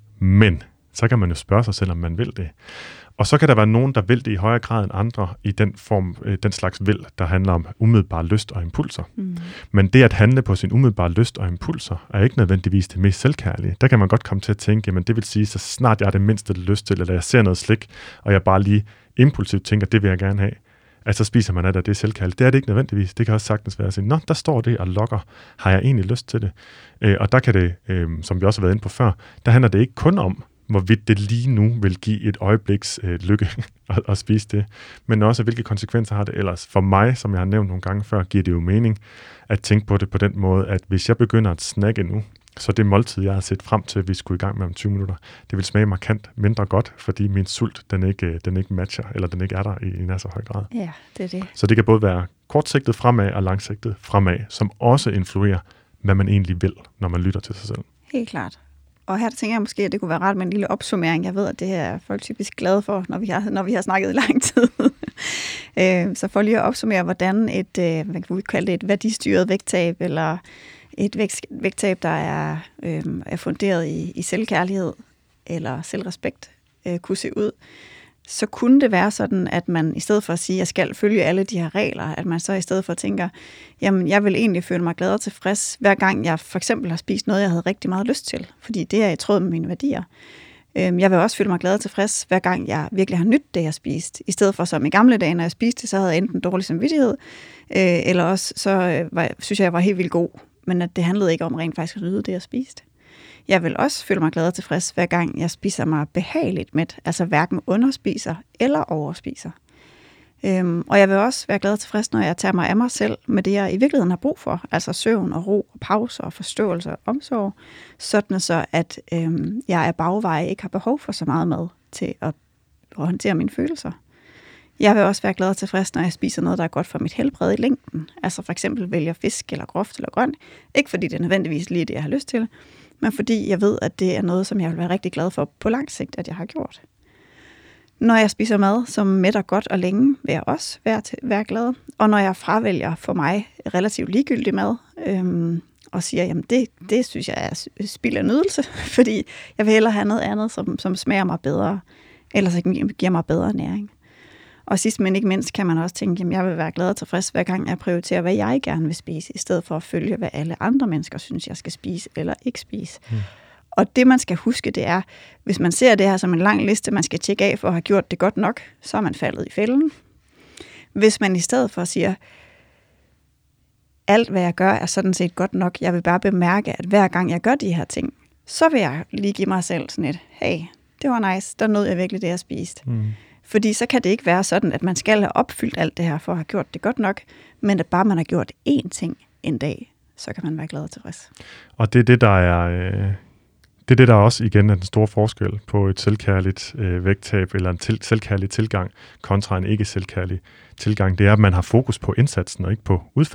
Men så kan man jo spørge sig selv, om man vil det. Og så kan der være nogen, der vil det i højere grad end andre i den form, den slags vil, der handler om umiddelbar lyst og impulser. Mm. Men det at handle på sin umiddelbare lyst og impulser, er ikke nødvendigvis det mest selvkærlige. Der kan man godt komme til at tænke, jamen det vil sige, så snart jeg har det mindste lyst til, eller jeg ser noget slik, og jeg bare lige impulsivt tænker, det vil jeg gerne have, at så spiser man af det, det er selvkærligt. Det er det ikke nødvendigvis. Det kan også sagtens være at sige, nå, der står det og lokker. Har jeg egentlig lyst til det? Øh, og der kan det, øh, som vi også har været inde på før, der handler det ikke kun om, hvorvidt det lige nu vil give et øjebliks øh, lykke at, at spise det, men også, hvilke konsekvenser har det ellers. For mig, som jeg har nævnt nogle gange før, giver det jo mening at tænke på det på den måde, at hvis jeg begynder at snakke nu, så det måltid, jeg har set frem til, at vi skulle i gang med om tyve minutter, det vil smage markant mindre godt, fordi min sult, den ikke, den ikke matcher, eller den ikke er der i, i nær så høj grad. Ja, det er det. Så det kan både være kortsigtet fremad og langsigtet fremad, som også influerer, hvad man egentlig vil, når man lytter til sig selv. Helt klart. Og her tænker jeg måske, at det kunne være ret med en lille opsummering. Jeg ved, at det her er folk typisk glade for, når vi har, når vi har snakket i lang tid. Så for lige at opsummere, hvordan et, hvad kan vi kalde det, et værdistyret vægttab, eller et vægt, vægttab, der er, øh, er funderet i, i selvkærlighed eller selvrespekt, øh, kunne se ud, så kunne det være sådan, at man i stedet for at sige, at jeg skal følge alle de her regler, at man så i stedet for tænker, jamen jeg vil egentlig føle mig glad og tilfreds, hver gang jeg for eksempel har spist noget, jeg havde rigtig meget lyst til, fordi det er i tråd med mine værdier. Jeg vil også føle mig glad og tilfreds, hver gang jeg virkelig har nydt det, jeg spiste. I stedet for som i gamle dage, når jeg spiste, så havde jeg enten dårlig samvittighed, eller også så var, synes jeg, jeg var helt vildt god, men at det handlede ikke om rent faktisk at nyde det, jeg spiste. Jeg vil også føle mig glad og tilfreds, hver gang jeg spiser mig behageligt mæt, altså hverken underspiser eller overspiser. Øhm, og jeg vil også være glad og tilfreds, når jeg tager mig af mig selv med det, jeg i virkeligheden har brug for, altså søvn og ro og pauser og forståelse og omsorg, sådan så, at øhm, jeg af bagveje ikke har behov for så meget mad til at, at håndtere mine følelser. Jeg vil også være glad og tilfreds, når jeg spiser noget, der er godt for mit helbred i længden. Altså for eksempel vælger fisk eller groft eller grønt. Ikke fordi det er nødvendigvis lige det, jeg har lyst til, men fordi jeg ved, at det er noget, som jeg vil være rigtig glad for på lang sigt, at jeg har gjort. Når jeg spiser mad, som mætter godt og længe, vil jeg også være, til, være glad. Og når jeg fravælger for mig relativt ligegyldig mad, øhm, og siger, jamen det, det synes jeg er spild af nydelse, fordi jeg vil hellere have noget andet, som, som smager mig bedre, eller så giver mig bedre næring. Og sidst men ikke mindst kan man også tænke, at jeg vil være glad og tilfreds, hver gang jeg prioriterer, hvad jeg gerne vil spise, i stedet for at følge, hvad alle andre mennesker synes, jeg skal spise eller ikke spise. Mm. Og det, man skal huske, det er, hvis man ser det her som en lang liste, man skal tjekke af for at have gjort det godt nok, så er man faldet i fælden. Hvis man i stedet for siger, alt hvad jeg gør er sådan set godt nok, jeg vil bare bemærke, at hver gang jeg gør de her ting, så vil jeg lige give mig selv sådan et, hey, det var nice, der nåede jeg virkelig det, jeg spiste. Mm. Fordi så kan det ikke være sådan, at man skal have opfyldt alt det her for at have gjort det godt nok, men at bare man har gjort én ting en dag, så kan man være glad og tilfreds. Og det er det, der er, øh, det er det, der også igen er den store forskel på et selvkærligt øh, vægttab eller en til, selvkærlig tilgang kontra en ikke selvkærlig tilgang. Det er, at man har fokus på indsatsen og ikke på udfaldet.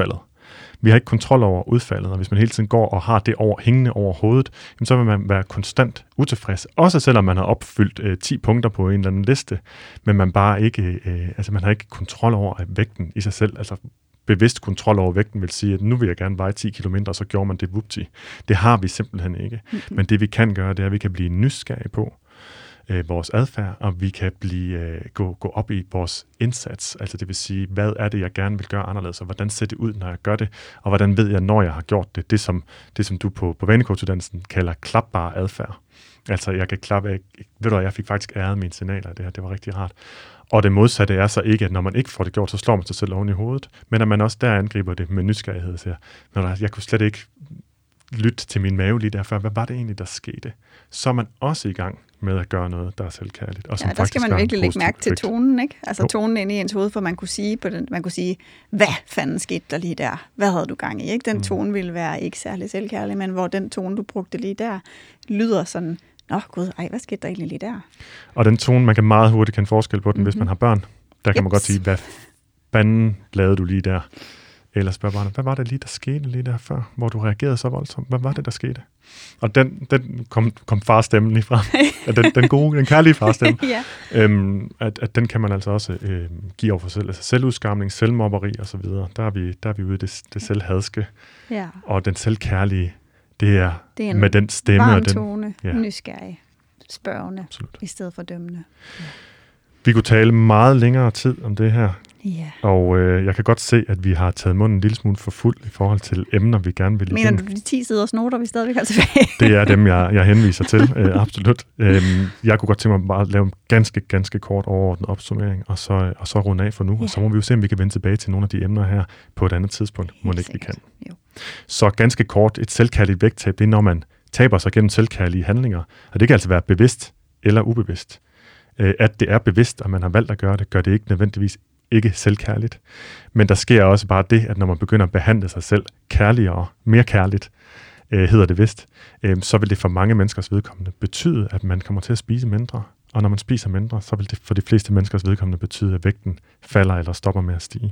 Vi har ikke kontrol over udfaldet, og hvis man hele tiden går og har det over, hængende over hovedet, så vil man være konstant utilfreds. Også selvom man har opfyldt øh, ti punkter på en eller anden liste, men man bare ikke, øh, altså man har ikke kontrol over vægten i sig selv. Altså bevidst kontrol over vægten vil sige, at nu vil jeg gerne veje ti kilo mindre, og så gjorde man det vupti. Det har vi simpelthen ikke. Mm-hmm. Men det vi kan gøre, det er, at vi kan blive nysgerrige på øh, vores adfærd, og vi kan blive, øh, gå, gå op i vores indsats. Altså det vil sige, hvad er det, jeg gerne vil gøre anderledes, og hvordan ser det ud, når jeg gør det, og hvordan ved jeg, når jeg har gjort det. Det, som, det, som du på, på vanecoach-uddannelsen kalder klapbar adfærd. Altså jeg kan klappe, jeg, ved du, jeg fik faktisk æret mine signaler af det her, det var rigtig rart. Og det modsatte er så ikke, at når man ikke får det gjort, så slår man sig selv oven i hovedet, men at man også der angriber det med nysgerrighed og siger, jeg kunne slet ikke lytte til min mave lige derfor, hvad var det egentlig, der skete? Så er man også i gang med at gøre noget, der er selvkærligt. Og som ja, der skal man virkelig lægge mærke til tonen, ikke? Altså jo. Tonen inde i ens hoved, for man kunne sige, på den, man kunne sige, hvad fanden skete der lige der? Hvad havde du gang i? Ikke? Den mm. tone ville være ikke særlig selvkærlig, men hvor den tone, du brugte lige der, lyder sådan, nå gud, ej, hvad skete der egentlig lige der? Og den tone, man kan meget hurtigt kende forskel på den, mm-hmm. hvis man har børn. Der kan Jeps. man godt sige, hvad fanden lavede du lige der? Eller spørger barnet, hvad var det lige, der skete lige der før, hvor du reagerede så voldsomt? Hvad var det, der skete? Og den, den kom, kom farstemmen lige frem. den, den gode, den kærlige farstemme. ja. øhm, at, at den kan man altså også øh, give over for selv. Altså selvudskamning, selvmobberi og så videre. Der er vi, der er vi ude i det, det selvhadske. Ja. Og den selvkærlige, det er, det er med den stemme. Varm og den tone, ja. Nysgerrig, spørgende, Absolut. I stedet for dømmende. Ja. Vi kunne tale meget længere tid om det her. Ja. Og øh, jeg kan godt se, at vi har taget munden en lille smule for fuld i forhold til emner, vi gerne vil igennem. Mener du de ti siders noter, vi stadigvæk har tilbage? Det er dem, jeg, jeg henviser til, øh, absolut. Øhm, jeg kunne godt tænke mig bare at lave en ganske, ganske kort overordnet opsummering, og så, og så runde af for nu. Ja. Og så må vi jo se, om vi kan vende tilbage til nogle af de emner her på et andet tidspunkt. Må ikke vi kan. Jo. Så ganske kort, et selvkærligt vægttab, det er, når man taber sig gennem selvkærlige handlinger. Og det kan altså være bevidst eller ubevidst. Øh, at det er bevidst, og man har valgt at gøre det, gør det ikke nødvendigvis ikke selvkærligt. Men der sker også bare det, at når man begynder at behandle sig selv kærligere, mere kærligt, øh, hedder det vist, øh, så vil det for mange menneskers vedkommende betyde, at man kommer til at spise mindre. Og når man spiser mindre, så vil det for de fleste menneskers vedkommende betyde, at vægten falder eller stopper med at stige.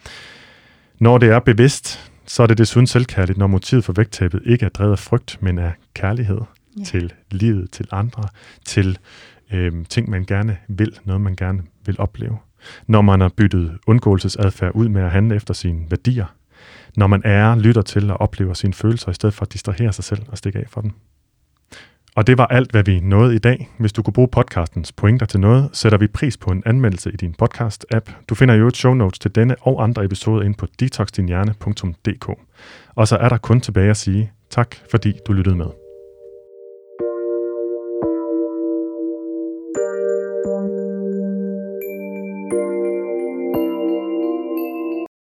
Når det er bevidst, så er det desuden selvkærligt, når motivet for vægttabet ikke er drevet af frygt, men af kærlighed ja. til livet, til andre, til øh, ting, man gerne vil, noget man gerne vil opleve. Når man har byttet undgåelsesadfærd ud med at handle efter sine værdier. Når man er, lytter til og oplever sine følelser, i stedet for at distrahere sig selv og stikke af for dem. Og det var alt, hvad vi nåede i dag. Hvis du kunne bruge podcastens pointer til noget, sætter vi pris på en anmeldelse i din podcast-app. Du finder jo et show notes til denne og andre episoder inde på detox din hjerne punktum d k. Og så er der kun tilbage at sige tak, fordi du lyttede med.